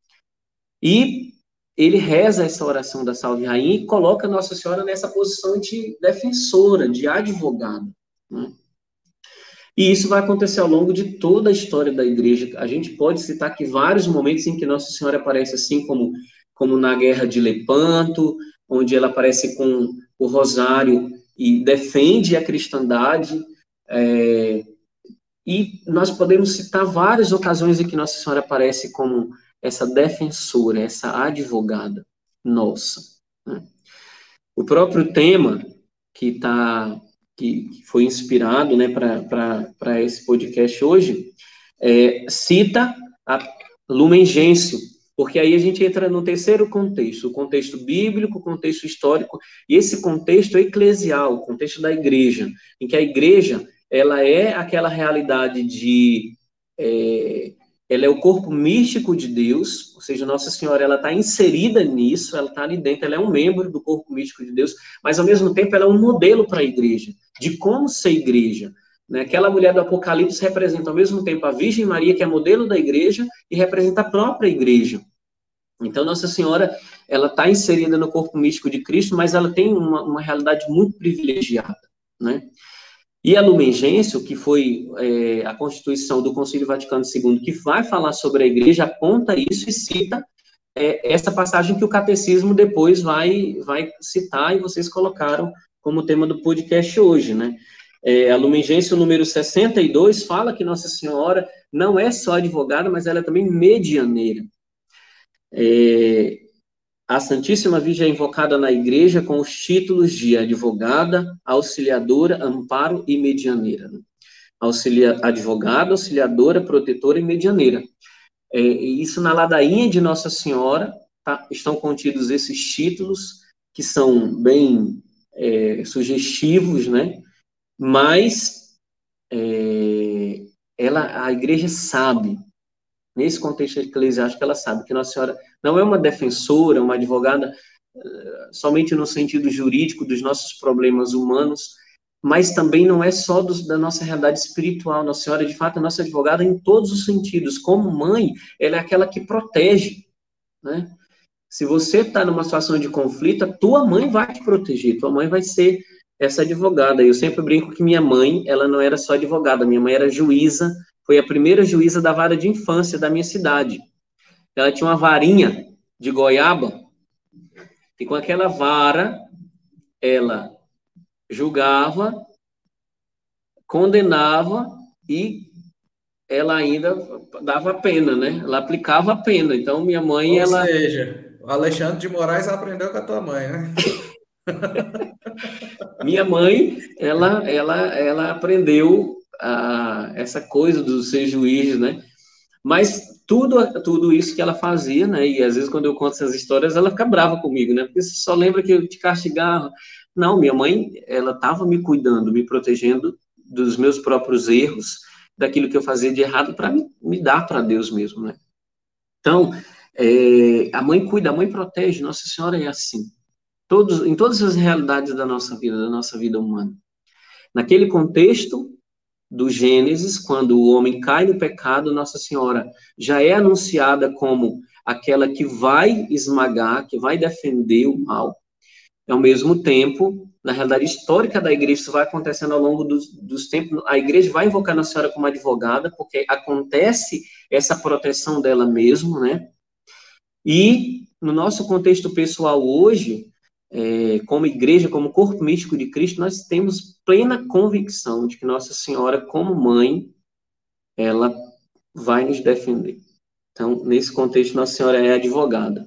E ele reza essa oração da Salve Rainha e coloca Nossa Senhora nessa posição de defensora, de advogada, né? E isso vai acontecer ao longo de toda a história da igreja. A gente pode citar aqui vários momentos em que Nossa Senhora aparece assim, como, como na Guerra de Lepanto, onde ela aparece com o rosário e defende a cristandade. É, e nós podemos citar várias ocasiões em que Nossa Senhora aparece como essa defensora, essa advogada nossa, né? O próprio tema que está... que foi inspirado, né, para esse podcast hoje, é, cita a Lumen Gentium, porque aí a gente entra no terceiro contexto, o contexto bíblico, o contexto histórico, e esse contexto eclesial, o contexto da igreja, em que a igreja, ela é aquela realidade de... É, ela é o corpo místico de Deus, ou seja, Nossa Senhora, ela está inserida nisso, ela está ali dentro, ela é um membro do corpo místico de Deus, mas, ao mesmo tempo, ela é um modelo para a igreja, de como ser igreja, né? Aquela mulher do Apocalipse representa, ao mesmo tempo, a Virgem Maria, que é modelo da igreja, e representa a própria igreja. Então, Nossa Senhora, ela está inserida no corpo místico de Cristo, mas ela tem uma, uma realidade muito privilegiada, né? E a Lumen Gentium, que foi é, a Constituição do Concílio Vaticano segundo, que vai falar sobre a igreja, aponta isso e cita é, essa passagem que o catecismo depois vai, vai citar, e vocês colocaram como tema do podcast hoje, né? É, a Lumen Gentium número sessenta e dois fala que Nossa Senhora não é só advogada, mas ela é também medianeira. É, a Santíssima Virgem é invocada na igreja com os títulos de advogada, auxiliadora, amparo e medianeira, né? Auxilia, advogada, auxiliadora, protetora e medianeira. É, e isso na ladainha de Nossa Senhora, tá, estão contidos esses títulos, que são bem é, sugestivos, né? Mas é, ela, a igreja sabe, nesse contexto eclesiástico, ela sabe que Nossa Senhora não é uma defensora, uma advogada uh, somente no sentido jurídico dos nossos problemas humanos, mas também não é só dos, da nossa realidade espiritual. Nossa Senhora, de fato, é nossa advogada em todos os sentidos. Como mãe, ela é aquela que protege, né? Se você está numa situação de conflito, a tua mãe vai te proteger, tua mãe vai ser essa advogada. Eu sempre brinco que minha mãe, ela não era só advogada, minha mãe era juíza, foi a primeira juíza da vara de infância da minha cidade. Ela tinha uma varinha de goiaba, e com aquela vara, ela julgava, condenava, e ela ainda dava pena, né? Ela aplicava a pena. Então, minha mãe, Ou ela... seja, o Alexandre de Moraes aprendeu com a tua mãe, né? Minha mãe, ela, ela, ela aprendeu a, essa coisa do ser juiz, né? Mas tudo, tudo isso que ela fazia, né? E às vezes quando eu conto essas histórias, ela fica brava comigo, né? Porque você só lembra que eu te castigava. Não, minha mãe, ela estava me cuidando, me protegendo dos meus próprios erros, daquilo que eu fazia de errado, para me, me dar para Deus mesmo, né? Então, é, a mãe cuida, a mãe protege, Nossa Senhora é assim. Todos, em todas as realidades da nossa vida, da nossa vida humana. Naquele contexto do Gênesis, quando o homem cai no pecado, Nossa Senhora já é anunciada como aquela que vai esmagar, que vai defender o mal. Ao mesmo tempo, na realidade histórica da igreja, isso vai acontecendo ao longo dos, dos tempos, a igreja vai invocar Nossa Senhora como advogada, porque acontece essa proteção dela mesmo, né? E, no nosso contexto pessoal hoje, é, como igreja, como corpo místico de Cristo, nós temos plena convicção de que Nossa Senhora, como mãe, ela vai nos defender. Então, nesse contexto, Nossa Senhora é advogada.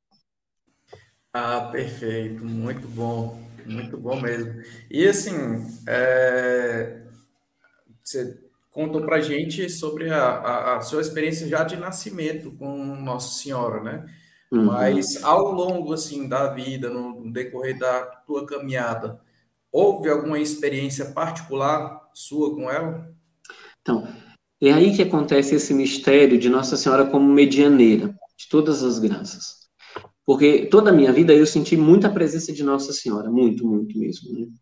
Ah, perfeito, muito bom, muito bom mesmo. E assim, é, você contou pra gente sobre a, a, a sua experiência já de nascimento com Nossa Senhora, né? Uhum. Mas ao longo, assim, da vida, no, no decorrer da tua caminhada, houve alguma experiência particular sua com ela? Então, é aí que acontece esse mistério de Nossa Senhora como medianeira de todas as graças. Porque toda a minha vida eu senti muita presença de Nossa Senhora, muito, muito mesmo, né?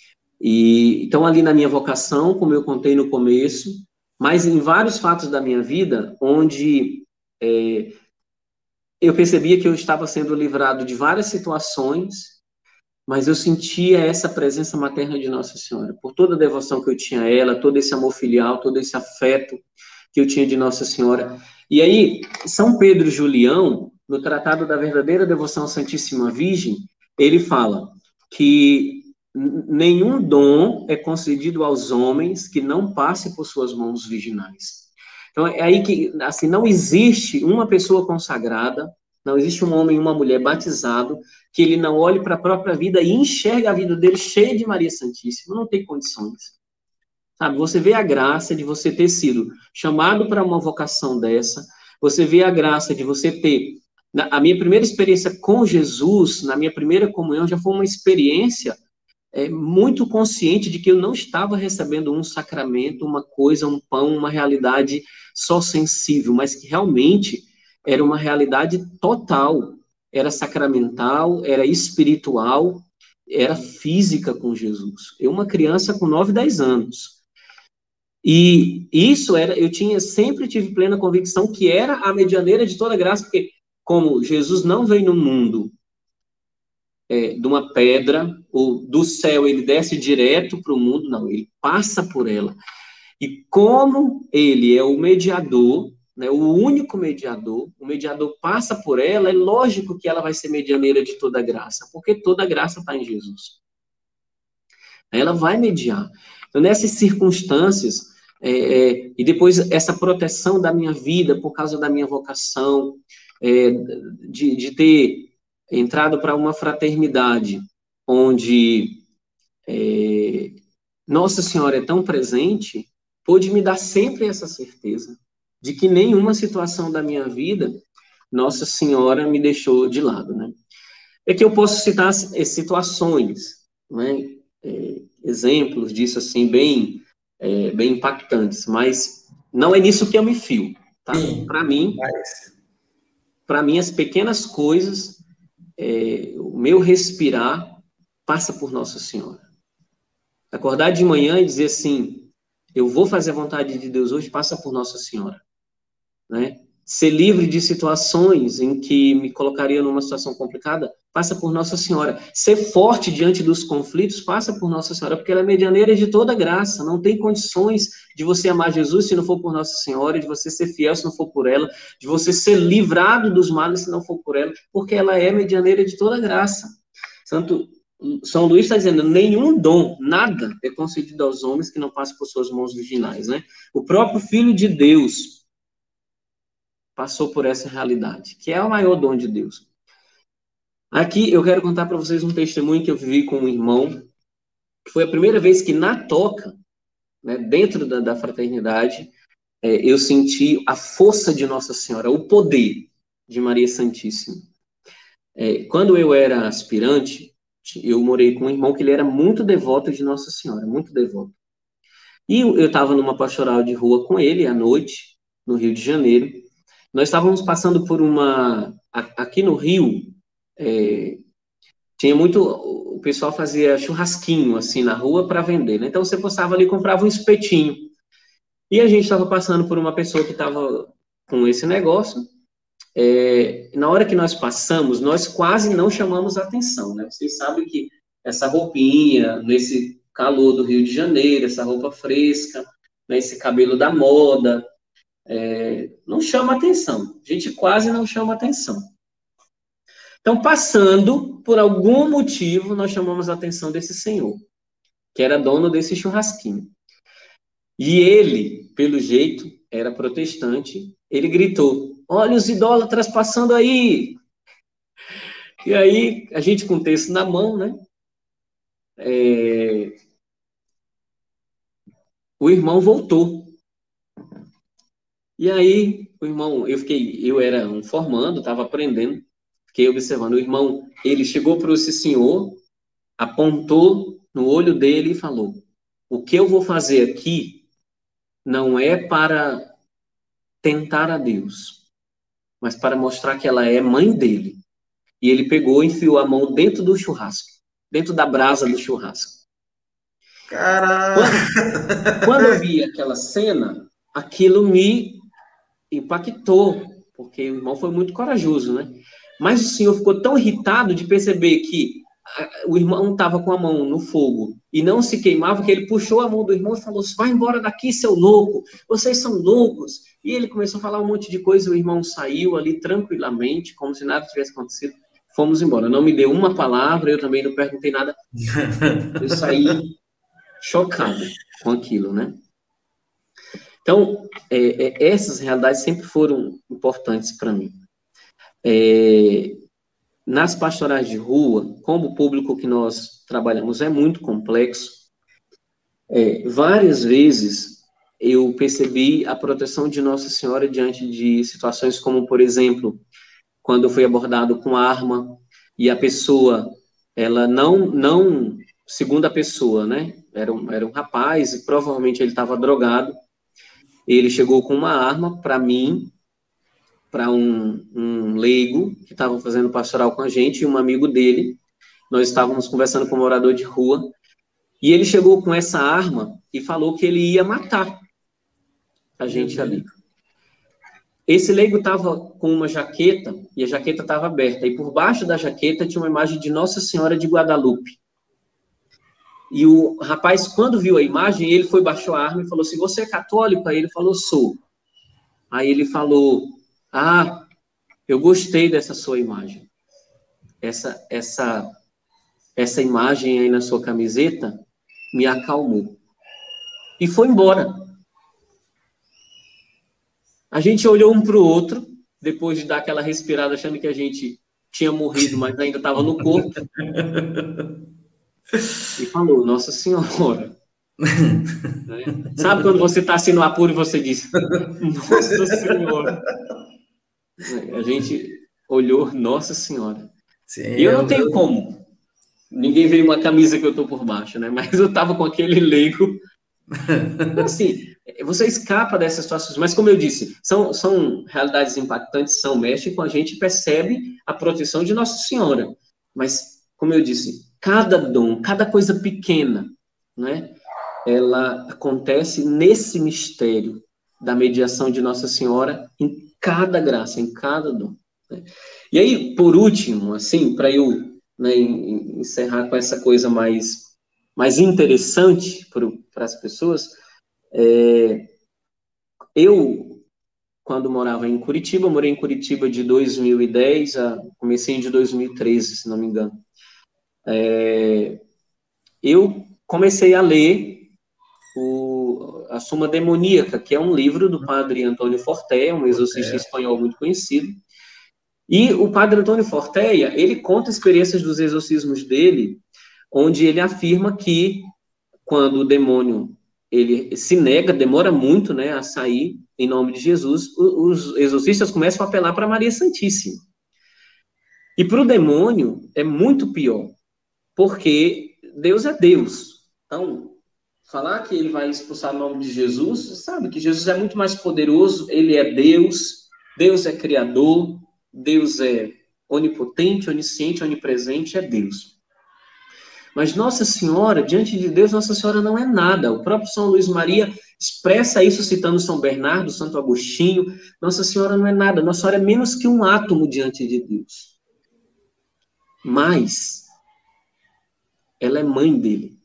E, então, ali na minha vocação, como eu contei no começo, mas em vários fatos da minha vida, onde é, eu percebia que eu estava sendo livrado de várias situações, mas eu sentia essa presença materna de Nossa Senhora, por toda a devoção que eu tinha a ela, todo esse amor filial, todo esse afeto que eu tinha de Nossa Senhora. E aí, São Pedro Julião, no Tratado da Verdadeira Devoção à Santíssima Virgem, ele fala que nenhum dom é concedido aos homens que não passe por suas mãos virginais. Então, é aí que, assim, não existe uma pessoa consagrada, não existe um homem e uma mulher batizado que ele não olhe para a própria vida e enxergue a vida dele cheia de Maria Santíssima. Não tem condições. Sabe, você vê a graça de você ter sido chamado para uma vocação dessa, você vê a graça de você ter... A minha primeira experiência com Jesus, na minha primeira comunhão, já foi uma experiência é, muito consciente de que eu não estava recebendo um sacramento, uma coisa, um pão, uma realidade só sensível, mas que realmente era uma realidade total, era sacramental, era espiritual, era física com Jesus. Eu, uma criança com nove, dez anos. E isso era, eu tinha, sempre tive plena convicção que era a medianeira de toda graça, porque como Jesus não veio no mundo é, de uma pedra, ou do céu ele desce direto para o mundo, não, ele passa por ela. E como ele é o mediador, né, o único mediador, o mediador passa por ela, é lógico que ela vai ser medianeira de toda graça, porque toda graça está em Jesus. Ela vai mediar. Então, nessas circunstâncias, é, é, e depois essa proteção da minha vida por causa da minha vocação, é, de, de ter entrado para uma fraternidade onde é, Nossa Senhora é tão presente, pôde me dar sempre essa certeza de que nenhuma situação da minha vida Nossa Senhora me deixou de lado, né? É que eu posso citar situações, né? É, exemplos disso, assim, bem, é, bem impactantes, mas não é nisso que eu me fio, tá? Para mim, para mim, as pequenas coisas, é, o meu respirar passa por Nossa Senhora. Acordar de manhã e dizer assim, eu vou fazer a vontade de Deus hoje, passa por Nossa Senhora, né? Ser livre de situações em que me colocaria numa situação complicada, passa por Nossa Senhora. Ser forte diante dos conflitos, passa por Nossa Senhora, porque ela é medianeira de toda graça. Não tem condições de você amar Jesus se não for por Nossa Senhora, de você ser fiel se não for por ela, de você ser livrado dos males se não for por ela, porque ela é medianeira de toda graça. Santo São Luís está dizendo, nenhum dom, nada é concedido aos homens que não passe por suas mãos virginais, né? O próprio Filho de Deus passou por essa realidade, que é o maior dom de Deus. Aqui eu quero contar para vocês um testemunho que eu vivi com um irmão, que foi a primeira vez que na toca, né, dentro da, da fraternidade, é, eu senti a força de Nossa Senhora, o poder de Maria Santíssima. É, quando eu era aspirante, eu morei com um irmão que ele era muito devoto de Nossa Senhora, muito devoto. E eu estava numa pastoral de rua com ele, à noite, no Rio de Janeiro. Nós estávamos passando por uma... Aqui no Rio, é, tinha muito... O pessoal fazia churrasquinho, assim, na rua para vender, né? Então, você passava ali e comprava um espetinho. E a gente estava passando por uma pessoa que estava com esse negócio. É, na hora que nós passamos, nós quase não chamamos atenção, né? Vocês sabem que essa roupinha, nesse calor do Rio de Janeiro, essa roupa fresca, né, esse cabelo da moda, é, não chama atenção. A gente quase não chama atenção. Então, passando, por algum motivo, nós chamamos a atenção desse senhor, que era dono desse churrasquinho. E ele, pelo jeito, era protestante, ele gritou: olha os idólatras passando aí! E aí, a gente com o texto na mão, né? É... O irmão voltou. E aí, o irmão, eu fiquei, eu era um formando, estava aprendendo, fiquei observando. O irmão, ele chegou para esse senhor, apontou no olho dele e falou: o que eu vou fazer aqui não é para tentar a Deus, mas para mostrar que ela é mãe dele. E ele pegou e enfiou a mão dentro do churrasco, dentro da brasa do churrasco. Caralho! Quando, quando eu vi aquela cena, aquilo me impactou, porque o irmão foi muito corajoso, né? Mas o senhor ficou tão irritado de perceber que o irmão estava com a mão no fogo e não se queimava, que ele puxou a mão do irmão e falou: vai embora daqui, seu louco, vocês são loucos. E ele começou a falar um monte de coisa, o irmão saiu ali tranquilamente, como se nada tivesse acontecido. Fomos embora. Não me deu uma palavra, eu também não perguntei nada. Eu saí chocado com aquilo, né? Então, é, é, essas realidades sempre foram importantes para mim. É, nas pastorais de rua, como o público que nós trabalhamos é muito complexo, é, várias vezes eu percebi a proteção de Nossa Senhora diante de situações como, por exemplo, quando eu fui abordado com arma e a pessoa, ela não, não segundo a pessoa, né, era um, era um rapaz e provavelmente ele estava drogado, ele chegou com uma arma para mim, para um, um leigo que estava fazendo pastoral com a gente, e um amigo dele. Nós estávamos conversando com um morador de rua, e ele chegou com essa arma e falou que ele ia matar a gente ali. Esse leigo estava com uma jaqueta, e a jaqueta estava aberta, e por baixo da jaqueta tinha uma imagem de Nossa Senhora de Guadalupe. E o rapaz, quando viu a imagem, ele foi, baixou a arma e falou assim: você é católico? Aí ele falou: sou. Aí ele falou: ah, eu gostei dessa sua imagem. Essa, essa, essa imagem aí na sua camiseta me acalmou. E foi embora. A gente olhou um para o outro, depois de dar aquela respirada, achando que a gente tinha morrido, mas ainda estava no corpo. E falou: Nossa Senhora. Né? Sabe quando você está assim no apuro e você diz: Nossa Senhora. A gente olhou: Nossa Senhora. Sim, e eu não tenho como. Ninguém veio uma camisa que eu estou por baixo, né? Mas eu estava com aquele leigo. Assim, você escapa dessas situações, mas como eu disse, são, são realidades impactantes, são, mexem com a gente e percebe a proteção de Nossa Senhora. Mas, como eu disse, cada dom, cada coisa pequena, né, ela acontece nesse mistério da mediação de Nossa Senhora em cada graça, em cada dom. Né? E aí, por último, assim, para eu, né, encerrar com essa coisa mais, mais interessante para as pessoas, é, eu, quando morava em Curitiba, morei em Curitiba de dois mil e dez a comecei de dois mil e treze, se não me engano. É, eu comecei a ler o, a Suma Demoníaca, que é um livro do padre Antônio Fortea, um exorcista espanhol muito conhecido. E o padre Antônio Fortea, ele conta experiências dos exorcismos dele, onde ele afirma que quando o demônio ele se nega, demora muito, né, a sair em nome de Jesus, os exorcistas começam a apelar para Maria Santíssima. E para o demônio é muito pior, porque Deus é Deus. Então, falar que ele vai expulsar o nome de Jesus, sabe que Jesus é muito mais poderoso, ele é Deus, Deus é criador, Deus é onipotente, onisciente, onipresente, é Deus. Mas Nossa Senhora, diante de Deus, Nossa Senhora não é nada. O próprio São Luís Maria expressa isso citando São Bernardo, Santo Agostinho. Nossa Senhora não é nada. Nossa Senhora é menos que um átomo diante de Deus. Mas ela é mãe dele.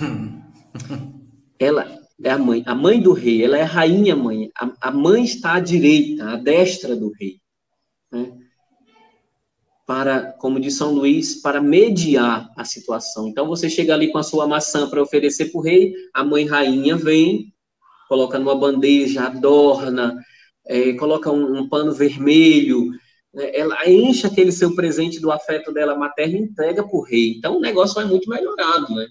Ela é a mãe, a mãe do rei. Ela é a rainha mãe. A, a mãe está à direita, à destra do rei, né? Para, como diz São Luís, para mediar a situação. Então, você chega ali com a sua maçã para oferecer para o rei, a mãe rainha vem, coloca numa bandeja, adorna, é, coloca um, um pano vermelho, né, ela enche aquele seu presente do afeto dela materno e entrega para o rei. Então, o negócio vai muito melhorado, né?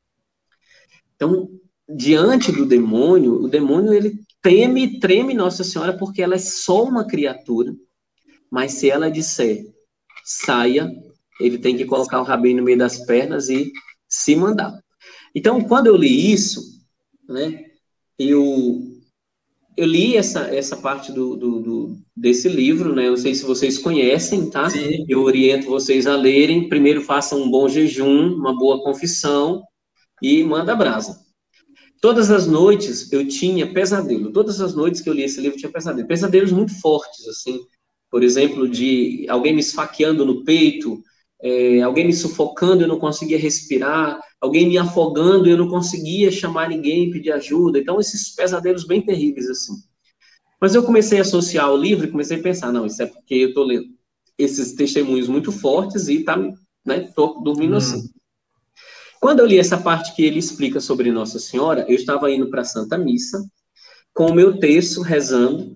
Então, diante do demônio, o demônio, ele teme e treme Nossa Senhora, porque ela é só uma criatura, mas se ela disser saia, ele tem que colocar o rabinho no meio das pernas e se mandar. Então, quando eu li isso, né, eu, eu li essa, essa parte do, do, do, desse livro, né, eu não sei se vocês conhecem, tá? Sim. Eu oriento vocês a lerem. Primeiro façam um bom jejum, uma boa confissão e manda brasa. Todas as noites eu tinha pesadelo. Todas as noites que eu li esse livro eu tinha pesadelo. Pesadelos muito fortes, assim. Por exemplo, de alguém me esfaqueando no peito, é, alguém me sufocando e eu não conseguia respirar, alguém me afogando e eu não conseguia chamar ninguém, pedir ajuda. Então, esses pesadelos bem terríveis, assim. Mas eu comecei a associar o livro e comecei a pensar, não, isso é porque eu estou lendo esses testemunhos muito fortes e tá, né, tô dormindo hum. assim. Quando eu li essa parte que ele explica sobre Nossa Senhora, eu estava indo para a Santa Missa, com o meu terço, rezando,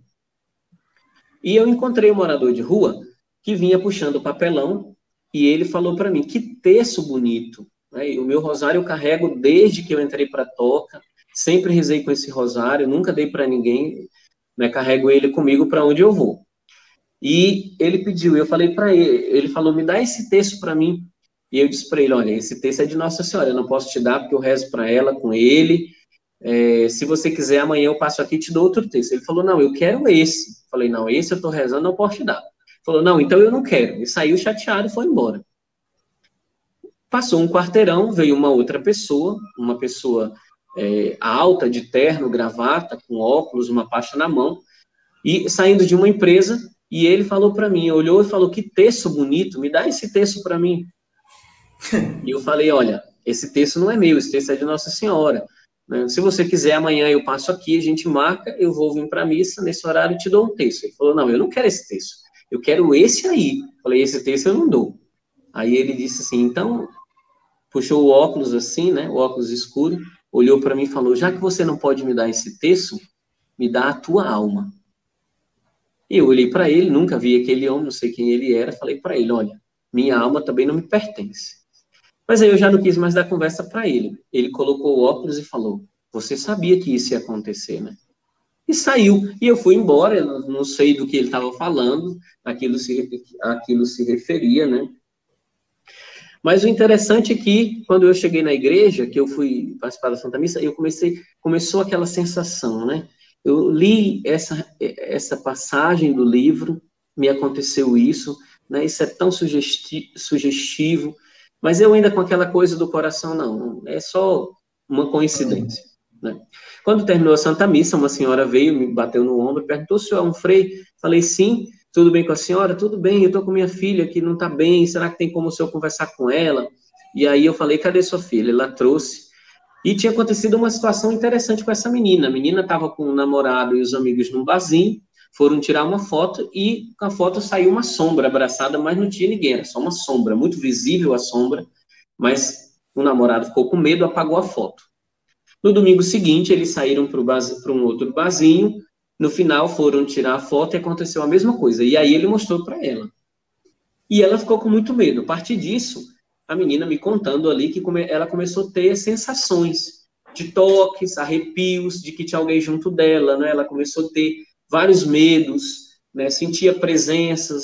e eu encontrei um morador de rua que vinha puxando o papelão e ele falou para mim, que terço bonito, né? E o meu rosário eu carrego desde que eu entrei para a toca, sempre rezei com esse rosário, nunca dei para ninguém, né? Carrego ele comigo para onde eu vou. E ele pediu, eu falei para ele, ele falou, me dá esse terço para mim. E eu disse para ele, olha, esse terço é de Nossa Senhora, eu não posso te dar porque eu rezo para ela com ele. É, se você quiser, amanhã eu passo aqui e te dou outro texto. Ele falou, não, eu quero esse. Falei, não, esse eu estou rezando, não posso te dar. Ele falou, não, então eu não quero. E saiu chateado e foi embora. Passou um quarteirão, veio uma outra pessoa, uma pessoa é, alta, de terno, gravata, com óculos, uma pasta na mão, e saindo de uma empresa, e ele falou para mim, olhou e falou, que texto bonito, me dá esse texto para mim. E eu falei, olha, esse texto não é meu, esse texto é de Nossa Senhora. Se você quiser, amanhã eu passo aqui, a gente marca, eu vou vir para a missa, nesse horário e te dou um texto. Ele falou, não, eu não quero esse texto, eu quero esse aí. Eu falei, esse texto eu não dou. Aí ele disse assim, então, puxou o óculos assim, né, o óculos escuro, olhou para mim e falou, já que você não pode me dar esse texto, me dá a tua alma. E eu olhei para ele, nunca vi aquele homem, não sei quem ele era, falei para ele, olha, minha alma também não me pertence. Mas aí eu já não quis mais dar conversa para ele. Ele colocou o óculos e falou, você sabia que isso ia acontecer, né? E saiu. E eu fui embora, eu não sei do que ele estava falando, aquilo se, aquilo se referia, né? Mas o interessante é que, quando eu cheguei na igreja, que eu fui participar da Santa Missa, eu comecei, começou aquela sensação, né? Eu li essa, essa passagem do livro, me aconteceu isso, né? Isso é tão sugesti sugestivo, mas eu ainda com aquela coisa do coração, não, é só uma coincidência, né? Quando terminou a Santa Missa, uma senhora veio, me bateu no ombro e perguntou, o senhor é um frei? Falei, sim, tudo bem com a senhora? Tudo bem, eu estou com minha filha que não está bem, será que tem como o senhor conversar com ela? E aí eu falei, cadê sua filha? Ela trouxe. E tinha acontecido uma situação interessante com essa menina. A menina estava com o namorado e os amigos num barzinho, foram tirar uma foto e com a foto saiu uma sombra abraçada, mas não tinha ninguém, era só uma sombra, muito visível a sombra, mas o namorado ficou com medo, apagou a foto. No domingo seguinte, eles saíram para um outro barzinho, no final foram tirar a foto e aconteceu a mesma coisa. E aí ele mostrou para ela. E ela ficou com muito medo. A partir disso, a menina me contando ali que come, ela começou a ter sensações de toques, arrepios, de que tinha alguém junto dela, né? Ela começou a ter vários medos, né? Sentia presenças,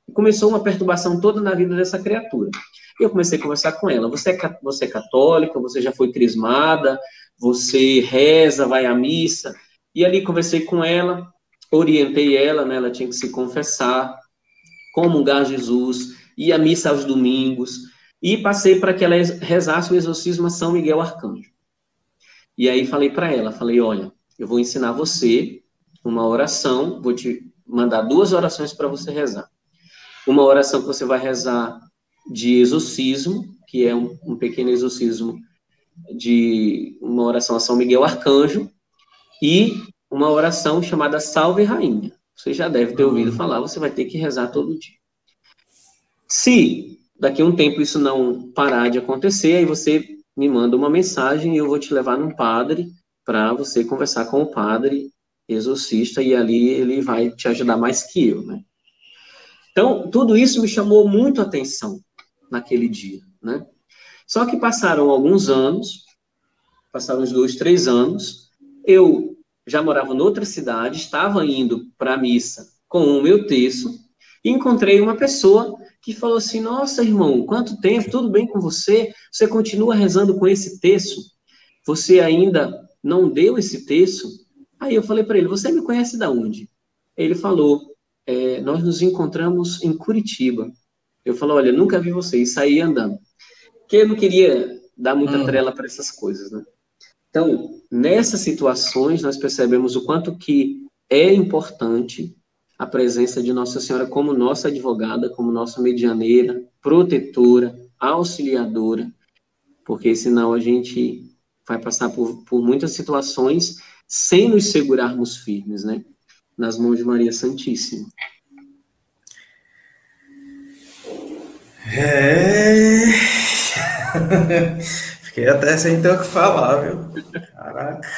E começou uma perturbação toda na vida dessa criatura. E eu comecei a conversar com ela. Você é, você é católica? Você já foi crismada? Você reza, vai à missa? E ali conversei com ela, orientei ela, né? Ela tinha que se confessar, comungar Jesus, ir à missa aos domingos, e passei para que ela rezasse o exorcismo a São Miguel Arcanjo. E aí falei para ela, falei, olha, eu vou ensinar você uma oração, vou te mandar duas orações para você rezar. Uma oração que você vai rezar de exorcismo, que é um, um pequeno exorcismo de uma oração a São Miguel Arcanjo, e uma oração chamada Salve Rainha. Você já deve ter ouvido falar, você vai ter que rezar todo dia. Se daqui a um tempo isso não parar de acontecer, aí você me manda uma mensagem e eu vou te levar num padre para você conversar com o padre exorcista, e ali ele vai te ajudar mais que eu, né? Então, tudo isso me chamou muito a atenção naquele dia, né? Só que passaram alguns anos, passaram uns dois, três anos, eu já morava em outra cidade, estava indo para a missa com o meu terço, e encontrei uma pessoa que falou assim, nossa, irmão, quanto tempo, tudo bem com você? Você continua rezando com esse terço? Você ainda não deu esse terço? Aí eu falei para ele, você me conhece de onde? Ele falou, é, nós nos encontramos em Curitiba. Eu falei, olha, nunca vi você, e saí andando. Porque eu não queria dar muita trela para essas coisas, né? Então, nessas situações, nós percebemos o quanto que é importante a presença de Nossa Senhora como nossa advogada, como nossa medianeira, protetora, auxiliadora, porque senão a gente vai passar por, por muitas situações sem nos segurarmos firmes, né? Nas mãos de Maria Santíssima. É... Fiquei até sem ter o que falar, viu? Caraca.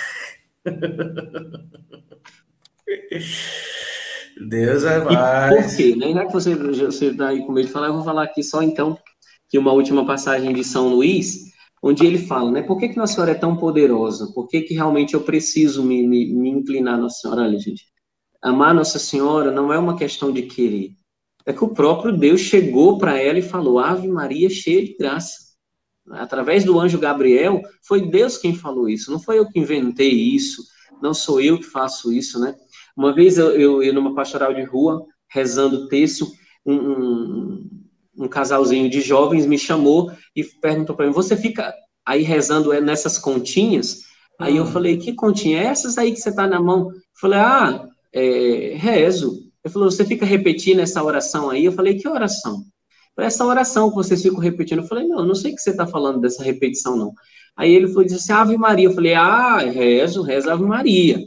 Deus é mais. E por quê? Né? Já que você está aí com medo de falar, eu vou falar aqui só, então, que uma última passagem de São Luís, onde ele fala, né? Por que que Nossa Senhora é tão poderosa? Por que que realmente eu preciso me, me, me inclinar a Nossa Senhora? Olha, gente, amar Nossa Senhora não é uma questão de querer. É que o próprio Deus chegou para ela e falou, Ave Maria, cheia de graça. Através do anjo Gabriel, foi Deus quem falou isso. Não foi eu que inventei isso, não sou eu que faço isso, né? Uma vez eu, eu, eu numa pastoral de rua, rezando o terço, um, um, um casalzinho de jovens me chamou e perguntou para mim, você fica aí rezando nessas continhas? Aí eu falei, que continha? Essas aí que você está na mão? Eu falei, ah, é, rezo. Ele falou, você fica repetindo essa oração aí? Eu falei, que oração? Essa oração que vocês ficam repetindo. Eu falei, não, eu não sei o que você está falando dessa repetição, não. Aí ele foi dizer assim, Ave Maria. Eu falei, ah, rezo, rezo Ave Maria.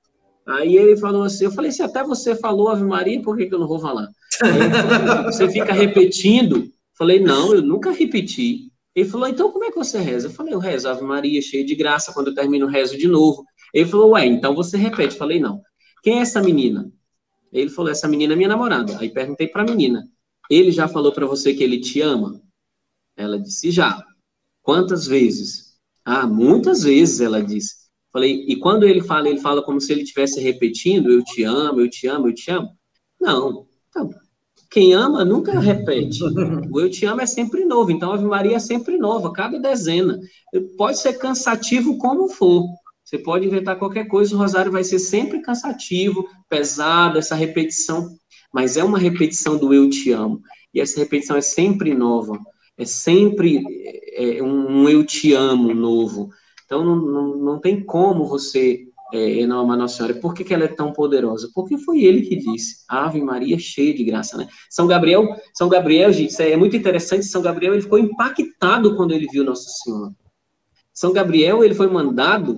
Aí ele falou assim, eu falei, se até você falou Ave Maria, por que que eu não vou falar? Aí ele falou, você fica repetindo? Eu falei, não, eu nunca repeti. Ele falou, então como é que você reza? Eu falei, eu rezo Ave Maria, cheio de graça, quando eu termino, rezo de novo. Ele falou, ué, então você repete. Eu falei, não. Quem é essa menina? Ele falou, essa menina é minha namorada. Aí perguntei para a menina, ele já falou para você que ele te ama? Ela disse, já. Quantas vezes? Ah, muitas vezes, ela disse. Falei, e quando ele fala, ele fala como se ele estivesse repetindo, eu te amo, eu te amo, eu te amo? Não. Então, quem ama nunca repete. O eu te amo é sempre novo, então a Ave Maria é sempre nova, cada dezena. Pode ser cansativo como for. Você pode inventar qualquer coisa, o rosário vai ser sempre cansativo, pesado, essa repetição, mas é uma repetição do eu te amo. E essa repetição é sempre nova, é sempre é, um, um eu te amo novo. Então, não, não, não tem como você é, não amar Nossa Senhora. Por que que ela é tão poderosa? Porque foi ele que disse, Ave Maria cheia de graça, né? São Gabriel, São Gabriel, gente, isso é muito interessante, São Gabriel, ele ficou impactado quando ele viu Nossa Senhora. São Gabriel, ele foi mandado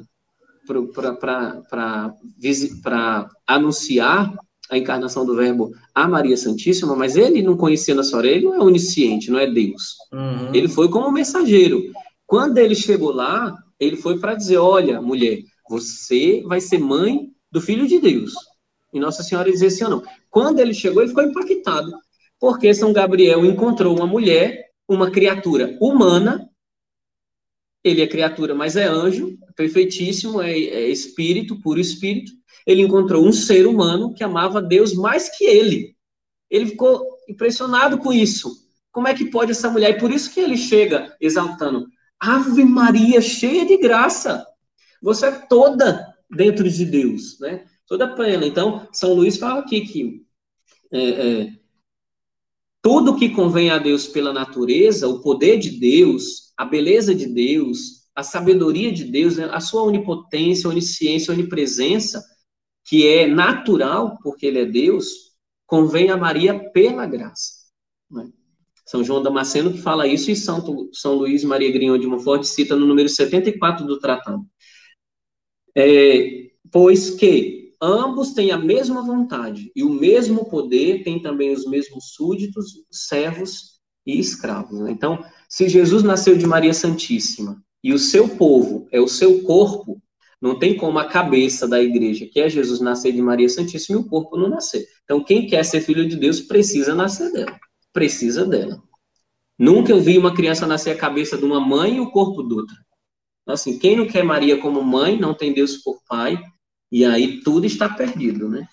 para anunciar a encarnação do Verbo a Maria Santíssima, mas ele não conhecia Nossa Senhora, ele não é onisciente, não é Deus. Uhum. Ele foi como mensageiro. Quando ele chegou lá, ele foi para dizer, olha, mulher, você vai ser mãe do Filho de Deus. E Nossa Senhora dizia assim, ou não. Quando ele chegou, ele ficou impactado, porque São Gabriel encontrou uma mulher, uma criatura humana, ele é criatura, mas é anjo, perfeitíssimo, é, é espírito, puro espírito. Ele encontrou um ser humano que amava Deus mais que ele. Ele ficou impressionado com isso. Como é que pode essa mulher? E por isso que ele chega exaltando. Ave Maria, cheia de graça. Você é toda dentro de Deus, né? Toda plena. Então, São Luís fala aqui que é, é, tudo que convém a Deus pela natureza, o poder de Deus, a beleza de Deus, a sabedoria de Deus, a sua onipotência, onisciência, onipresença, que é natural, porque ele é Deus, convém a Maria pela graça. Né? São João Damasceno que fala isso, e Santo, São Luís Maria Grignion de Montfort cita no número setenta e quatro do tratado. É, pois que ambos têm a mesma vontade e o mesmo poder, têm também os mesmos súditos, servos e escravos. Né? Então, se Jesus nasceu de Maria Santíssima e o seu povo é o seu corpo, não tem como a cabeça da igreja, que é Jesus, nascer de Maria Santíssima e o corpo não nascer. Então, quem quer ser filho de Deus precisa nascer dela. Precisa dela. Nunca eu vi uma criança nascer a cabeça de uma mãe e o corpo de outra. Então, assim, quem não quer Maria como mãe, não tem Deus por pai, e aí tudo está perdido, né?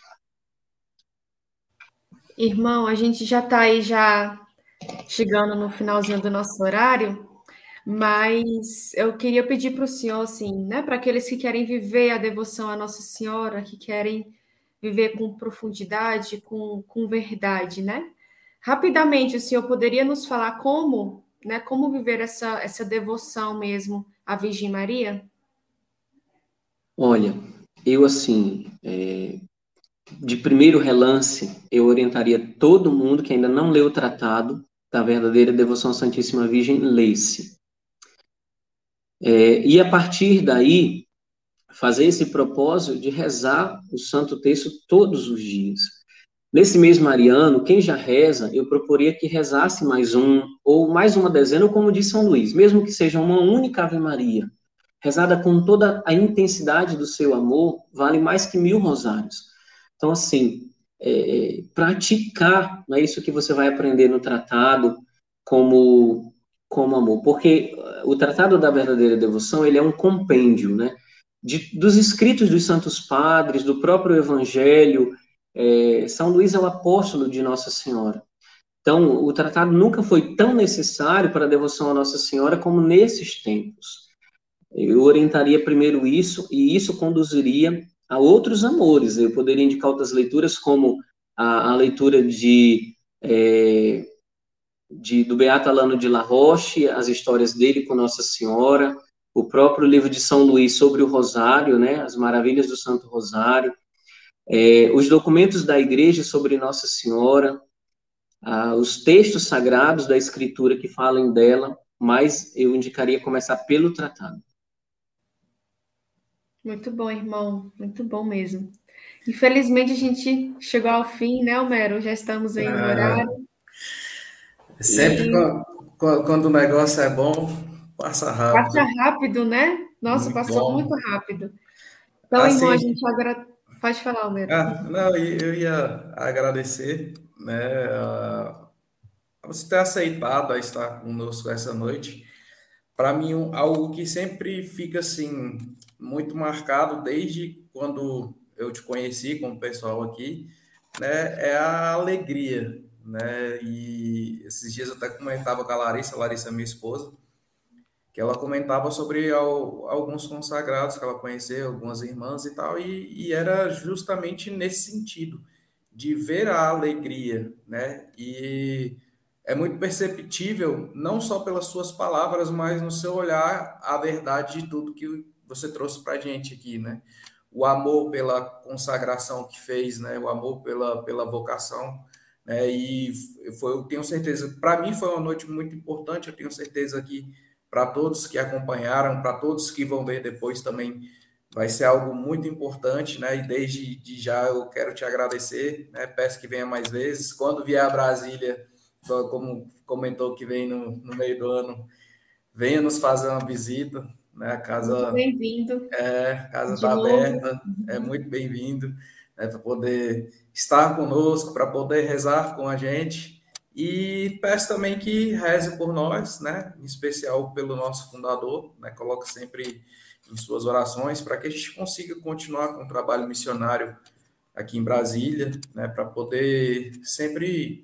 Irmão, a gente já está aí já chegando no finalzinho do nosso horário, mas eu queria pedir para o senhor, assim, né, para aqueles que querem viver a devoção à Nossa Senhora, que querem viver com profundidade, com, com verdade, né? Rapidamente, o senhor poderia nos falar como, né, como viver essa, essa devoção mesmo à Virgem Maria? Olha, eu assim, é, de primeiro relance, eu orientaria todo mundo que ainda não leu o tratado da verdadeira devoção à Santíssima Virgem, lê-se. É, e a partir daí, fazer esse propósito de rezar o Santo Terço todos os dias. Nesse mês mariano, quem já reza, eu proporia que rezasse mais um, ou mais uma dezena, ou como diz São Luís, mesmo que seja uma única Ave Maria, rezada com toda a intensidade do seu amor, vale mais que mil rosários. Então, assim, é, praticar, não é isso que você vai aprender no tratado como, como amor, porque o Tratado da Verdadeira Devoção, ele é um compêndio, né, de, dos escritos dos santos padres, do próprio Evangelho. É, São Luís é o apóstolo de Nossa Senhora. Então, o tratado nunca foi tão necessário para a devoção a Nossa Senhora como nesses tempos. Eu orientaria primeiro isso, e isso conduziria a outros amores. Eu poderia indicar outras leituras, como a, a leitura de, é, de, do Beato Alano de La Roche, as histórias dele com Nossa Senhora, o próprio livro de São Luís sobre o Rosário, né, as maravilhas do Santo Rosário, é, os documentos da Igreja sobre Nossa Senhora, ah, os textos sagrados da Escritura que falam dela, mas eu indicaria começar pelo tratado. Muito bom, irmão. Muito bom mesmo. Infelizmente, a gente chegou ao fim, né, Homero? Já estamos aí no horário. É, sempre E quando, quando o negócio é bom, passa passa rápido. rápido, né? Nossa, Muito passou muito bom. rápido. Então, irmão, a Assim, gente agora... Pode falar, Homero. ah, não, e eu ia agradecer, né, a a você ter aceitado a estar conosco essa noite. Para mim, um- algo que sempre fica assim muito marcado desde quando eu te conheci como pessoal aqui, né, é a alegria, né? E esses dias eu até comentava com a Larissa, a Larissa, minha esposa, que ela comentava sobre al- alguns consagrados que ela conheceu, algumas irmãs e tal, e, e era justamente nesse sentido, de ver a alegria, né? E é muito perceptível, não só pelas suas palavras, mas no seu olhar, a verdade de tudo que você trouxe para a gente aqui, né? O amor pela consagração que fez, né? O amor pela, pela vocação, né? E foi, eu tenho certeza, para mim foi uma noite muito importante, eu tenho certeza que para todos que acompanharam, para todos que vão ver depois também, vai ser algo muito importante, né? E desde de já eu quero te agradecer, né? Peço que venha mais vezes. Quando vier a Brasília, como comentou que vem no, no meio do ano, venha nos fazer uma visita, né? A Muito casa bem-vindo é, a casa de está novo. aberta, é muito bem-vindo, né, para poder estar conosco, para poder rezar com a gente. E peço também que reze por nós, né, em especial pelo nosso fundador, né, coloque sempre em suas orações para que a gente consiga continuar com o trabalho missionário aqui em Brasília, né, para poder sempre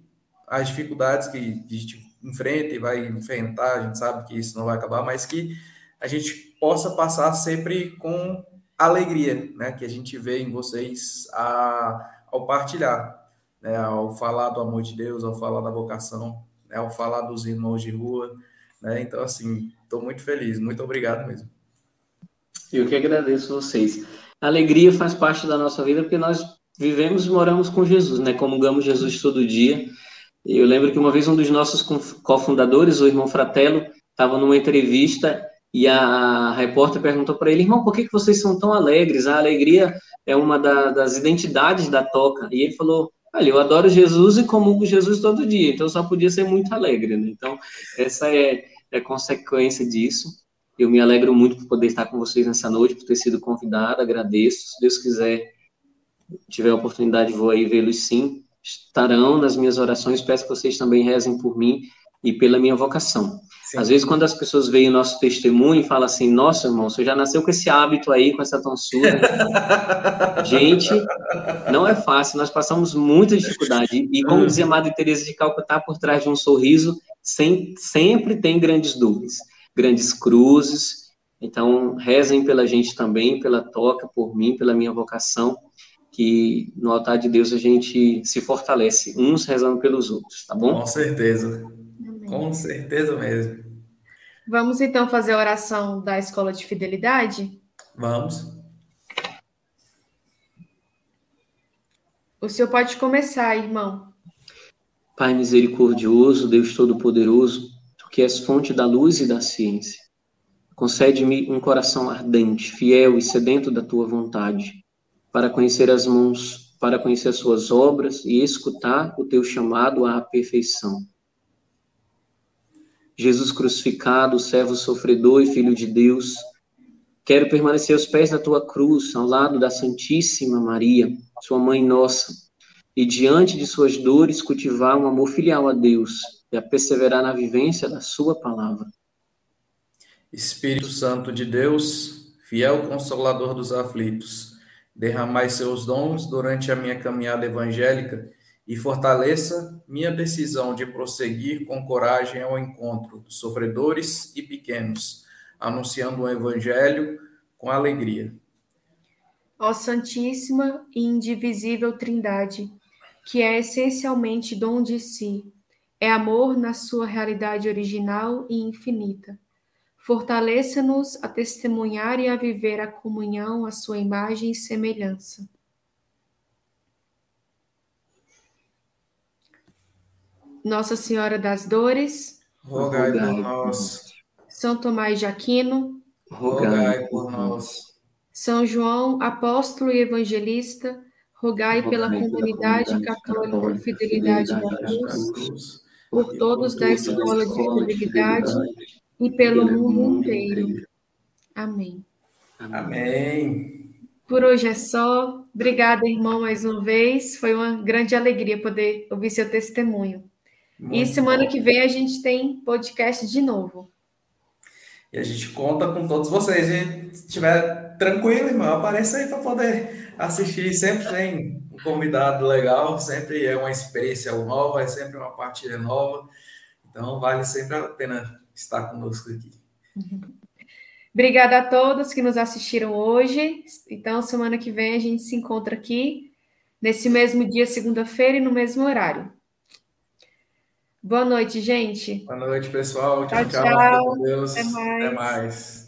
as dificuldades que a gente enfrenta e vai enfrentar, a gente sabe que isso não vai acabar, mas que a gente possa passar sempre com alegria, né? Que a gente vê em vocês a, ao partilhar, né? Ao falar do amor de Deus, ao falar da vocação, né? Ao falar dos irmãos de rua, né? Então, assim, estou muito feliz, muito obrigado mesmo. Eu que agradeço vocês. A alegria faz parte da nossa vida porque nós vivemos e moramos com Jesus, né? Comungamos Jesus todo dia. Eu lembro que uma vez um dos nossos cofundadores, o irmão Fratello, estava numa entrevista e a repórter perguntou para ele: irmão, por que, que vocês são tão alegres? A alegria é uma da, das identidades da Toca. E ele falou: olha, eu adoro Jesus e comungo Jesus todo dia, então só podia ser muito alegre, né? Então, essa é, é consequência disso. Eu me alegro muito por poder estar com vocês nessa noite, por ter sido convidado, agradeço. Se Deus quiser, tiver a oportunidade, vou aí vê-los sim. Estarão nas minhas orações, peço que vocês também rezem por mim e pela minha vocação. Sim. Às vezes, quando as pessoas veem o nosso testemunho e falam assim: nossa, irmão, você já nasceu com esse hábito aí, com essa tonsura. Gente, não é fácil, nós passamos muita dificuldade. E como dizia a Madre Teresa de Calcutá, por trás de um sorriso, sem, sempre tem grandes dúvidas, grandes cruzes. Então, rezem pela gente também, pela Toca, por mim, pela minha vocação, que no altar de Deus a gente se fortalece, uns rezando pelos outros, tá bom? Com certeza, Amém. Com certeza mesmo. Vamos então fazer a oração da Escola de Fidelidade? Vamos. O senhor pode começar, irmão. Pai misericordioso, Deus Todo-Poderoso, Tu que és fonte da luz e da ciência, concede-me um coração ardente, fiel e sedento da Tua vontade, para conhecer as mãos, para conhecer as suas obras e escutar o teu chamado à perfeição. Jesus crucificado, servo sofredor e filho de Deus, quero permanecer aos pés da tua cruz, ao lado da Santíssima Maria, sua mãe nossa, e diante de suas dores cultivar um amor filial a Deus e a perseverar na vivência da sua palavra. Espírito Santo de Deus, fiel consolador dos aflitos, derramai seus dons durante a minha caminhada evangélica e fortaleça minha decisão de prosseguir com coragem ao encontro dos sofredores e pequenos, anunciando o evangelho com alegria. Ó Santíssima e Indivisível Trindade, que é essencialmente dom de si, é amor na sua realidade original e infinita. Fortaleça-nos a testemunhar e a viver a comunhão à sua imagem e semelhança. Nossa Senhora das Dores, rogai por nós. São Tomás de Aquino, rogai por nós. São João, apóstolo e evangelista, rogai, rogai pela, pela comunidade, comunidade católica, católica Fidelidade à Cruz, por todos da Escola de Fidelidade e pelo mundo inteiro. Amém. Amém. Por hoje é só. Obrigada, irmão, mais uma vez. Foi uma grande alegria poder ouvir seu testemunho. Muito e semana bom. Que vem a gente tem podcast de novo. E a gente conta com todos vocês. E se estiver tranquilo, irmão, apareça aí para poder assistir. Sempre tem um convidado legal, sempre é uma experiência nova, é sempre uma partilha nova. Então, vale sempre a pena estar conosco aqui. Obrigada a todos que nos assistiram hoje. Então, semana que vem a gente se encontra aqui, nesse mesmo dia, segunda-feira, e no mesmo horário. Boa noite, gente. Boa noite, pessoal. Tchau, Tchau, tchau. tchau. Deus. Até mais. Até mais.